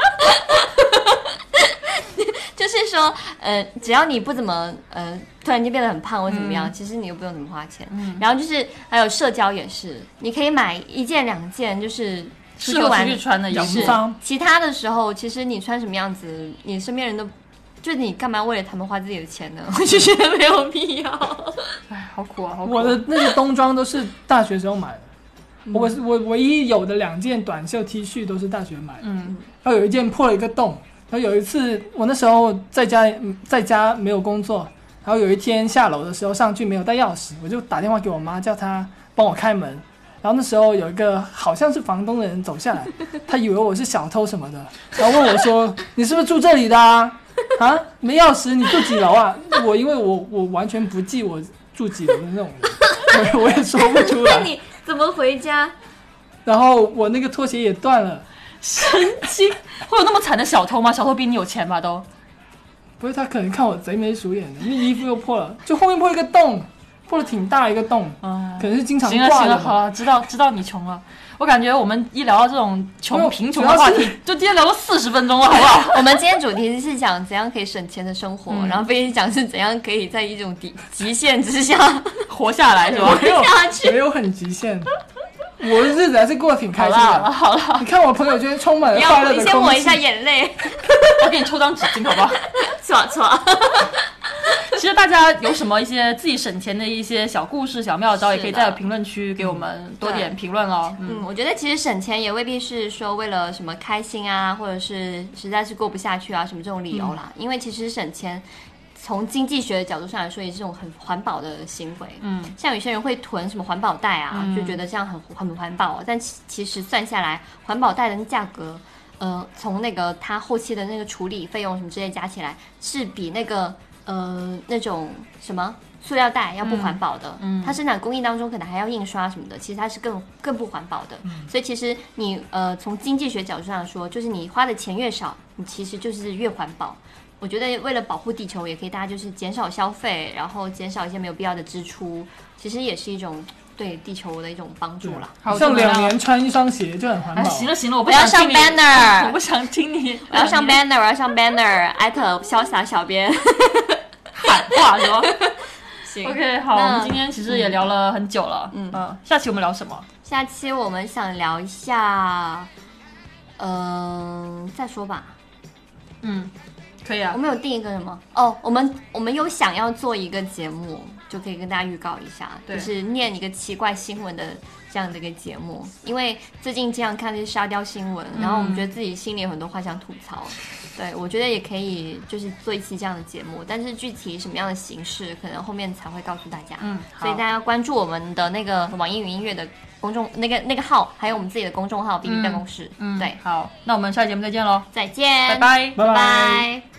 [SPEAKER 2] 就是说，呃，只要你不怎么呃突然间变得很胖或怎么样，
[SPEAKER 1] 嗯
[SPEAKER 2] 其实你又不用怎么花钱。
[SPEAKER 1] 嗯
[SPEAKER 2] 然后就是还有社交也是，你可以买一件两件，就是出去玩
[SPEAKER 1] 适合出去穿的衣服
[SPEAKER 3] 洋装。
[SPEAKER 2] 其他的时候，其实你穿什么样子，你身边人都。就你干嘛为了他们花自己的钱呢？我就觉得没有必要。
[SPEAKER 1] 哎，好苦啊，好苦啊。
[SPEAKER 3] 我的那个冬装都是大学时候买的，
[SPEAKER 1] 嗯
[SPEAKER 3] 我我唯一有的两件短袖 T 恤都是大学买的，
[SPEAKER 1] 嗯
[SPEAKER 3] 然后有一件破了一个洞。然后有一次我那时候在家嗯在家没有工作，然后有一天下楼的时候上去没有带钥匙，我就打电话给我妈叫她帮我开门。然后那时候有一个好像是房东的人走下来，他以为我是小偷什么的，然后问我说：“你是不是住这里的啊？啊，没钥匙，你住几楼啊？”我因为我我完全不记我住几楼的那种人，我我也说不出来。
[SPEAKER 2] 那你怎么回家？
[SPEAKER 3] 然后我那个拖鞋也断了，
[SPEAKER 1] 神经，会有那么惨的小偷吗？小偷比你有钱吧都？
[SPEAKER 3] 不是他可能看我贼眉鼠眼的，因为衣服又破了，就后面破一个洞，破了挺大一个洞，
[SPEAKER 1] 嗯，
[SPEAKER 3] 可能是经常
[SPEAKER 1] 行了行了，
[SPEAKER 3] 挂的吧。
[SPEAKER 1] 好了，知道知道你穷了。我感觉我们一聊到这种
[SPEAKER 3] 没
[SPEAKER 1] 穷
[SPEAKER 3] 有
[SPEAKER 1] 贫穷的话题，就今天聊了四十分钟了，好不好？
[SPEAKER 2] 我们今天主题是讲怎样可以省钱的生活，
[SPEAKER 1] 嗯
[SPEAKER 2] 然后飞机讲是怎样可以在一种极极限之下
[SPEAKER 1] 活下来是吧？
[SPEAKER 3] 没有
[SPEAKER 2] 下去
[SPEAKER 3] 没有很极限，我的日子还是过得挺开心
[SPEAKER 1] 好了好了
[SPEAKER 3] 的。
[SPEAKER 1] 好了，
[SPEAKER 3] 你看我朋友圈充满了
[SPEAKER 2] 你
[SPEAKER 3] 快乐
[SPEAKER 2] 要你
[SPEAKER 3] 的空气。
[SPEAKER 2] 先抹一下眼泪，
[SPEAKER 1] 我给你抽张纸巾好不好？
[SPEAKER 2] 错错。
[SPEAKER 1] 其实大家有什么一些自己省钱的一些小故事、小妙招，
[SPEAKER 2] 是的
[SPEAKER 1] 也可以在评论区给我们多点评论哦。嗯，
[SPEAKER 2] 嗯，我觉得其实省钱也未必是说为了什么开心啊，或者是实在是过不下去啊什么这种理由啦。因为其实省钱从经济学的角度上来说，也是一种很环保的行为。
[SPEAKER 1] 嗯，
[SPEAKER 2] 像有些人会囤什么环保袋啊，
[SPEAKER 1] 嗯
[SPEAKER 2] 就觉得这样很很环保，但其其实算下来，环保袋的价格。呃，从那个它后期的那个处理费用什么之类加起来，是比那个呃那种什么塑料袋要不环保的。
[SPEAKER 1] 嗯嗯
[SPEAKER 2] 它生产工艺当中可能还要印刷什么的，其实它是更更不环保的。
[SPEAKER 3] 嗯
[SPEAKER 2] 所以其实你呃从经济学角度上说，就是你花的钱越少，你其实就是越环保。我觉得为了保护地球，也可以大家就是减少消费，然后减少一些没有必要的支出，其实也是一种对地球的一种帮助啦。
[SPEAKER 1] 好，
[SPEAKER 3] 像
[SPEAKER 1] 就这样
[SPEAKER 3] 两年穿一双鞋就很环
[SPEAKER 1] 哎，
[SPEAKER 3] 保。
[SPEAKER 1] 行了行了，我不
[SPEAKER 2] 我要上
[SPEAKER 1] 想听你
[SPEAKER 2] banner
[SPEAKER 1] 我不想听你，
[SPEAKER 2] 我要上 banner，我要上 banner，艾特潇洒小编。
[SPEAKER 1] 喊话是吧
[SPEAKER 2] 行
[SPEAKER 1] ？OK，好，
[SPEAKER 2] 那
[SPEAKER 1] 我们今天其实也聊了很久了，
[SPEAKER 2] 嗯
[SPEAKER 1] 嗯，下期我们聊什么？
[SPEAKER 2] 下期我们想聊一下，嗯、再说吧。
[SPEAKER 1] 嗯，可以啊
[SPEAKER 2] 我，们有定一个什么？哦，我们我们有想要做一个节目，就可以跟大家预告一下，
[SPEAKER 1] 对
[SPEAKER 2] 就是念一个奇怪新闻的这样的一个节目。因为最近经常看这些沙雕新闻，然后我们觉得自己心里有很多话想吐槽。对，我觉得也可以，就是做一期这样的节目，但是具体什么样的形式，可能后面才会告诉大家。
[SPEAKER 1] 嗯，
[SPEAKER 2] 所以大家要关注我们的那个网易云音乐的公众那个那个号，还有我们自己的公众号 “B B 办公室”。
[SPEAKER 1] 嗯，
[SPEAKER 2] 对，
[SPEAKER 1] 好，那我们下期节目再见喽，
[SPEAKER 2] 再见，
[SPEAKER 1] 拜拜。
[SPEAKER 3] 拜
[SPEAKER 2] 拜拜。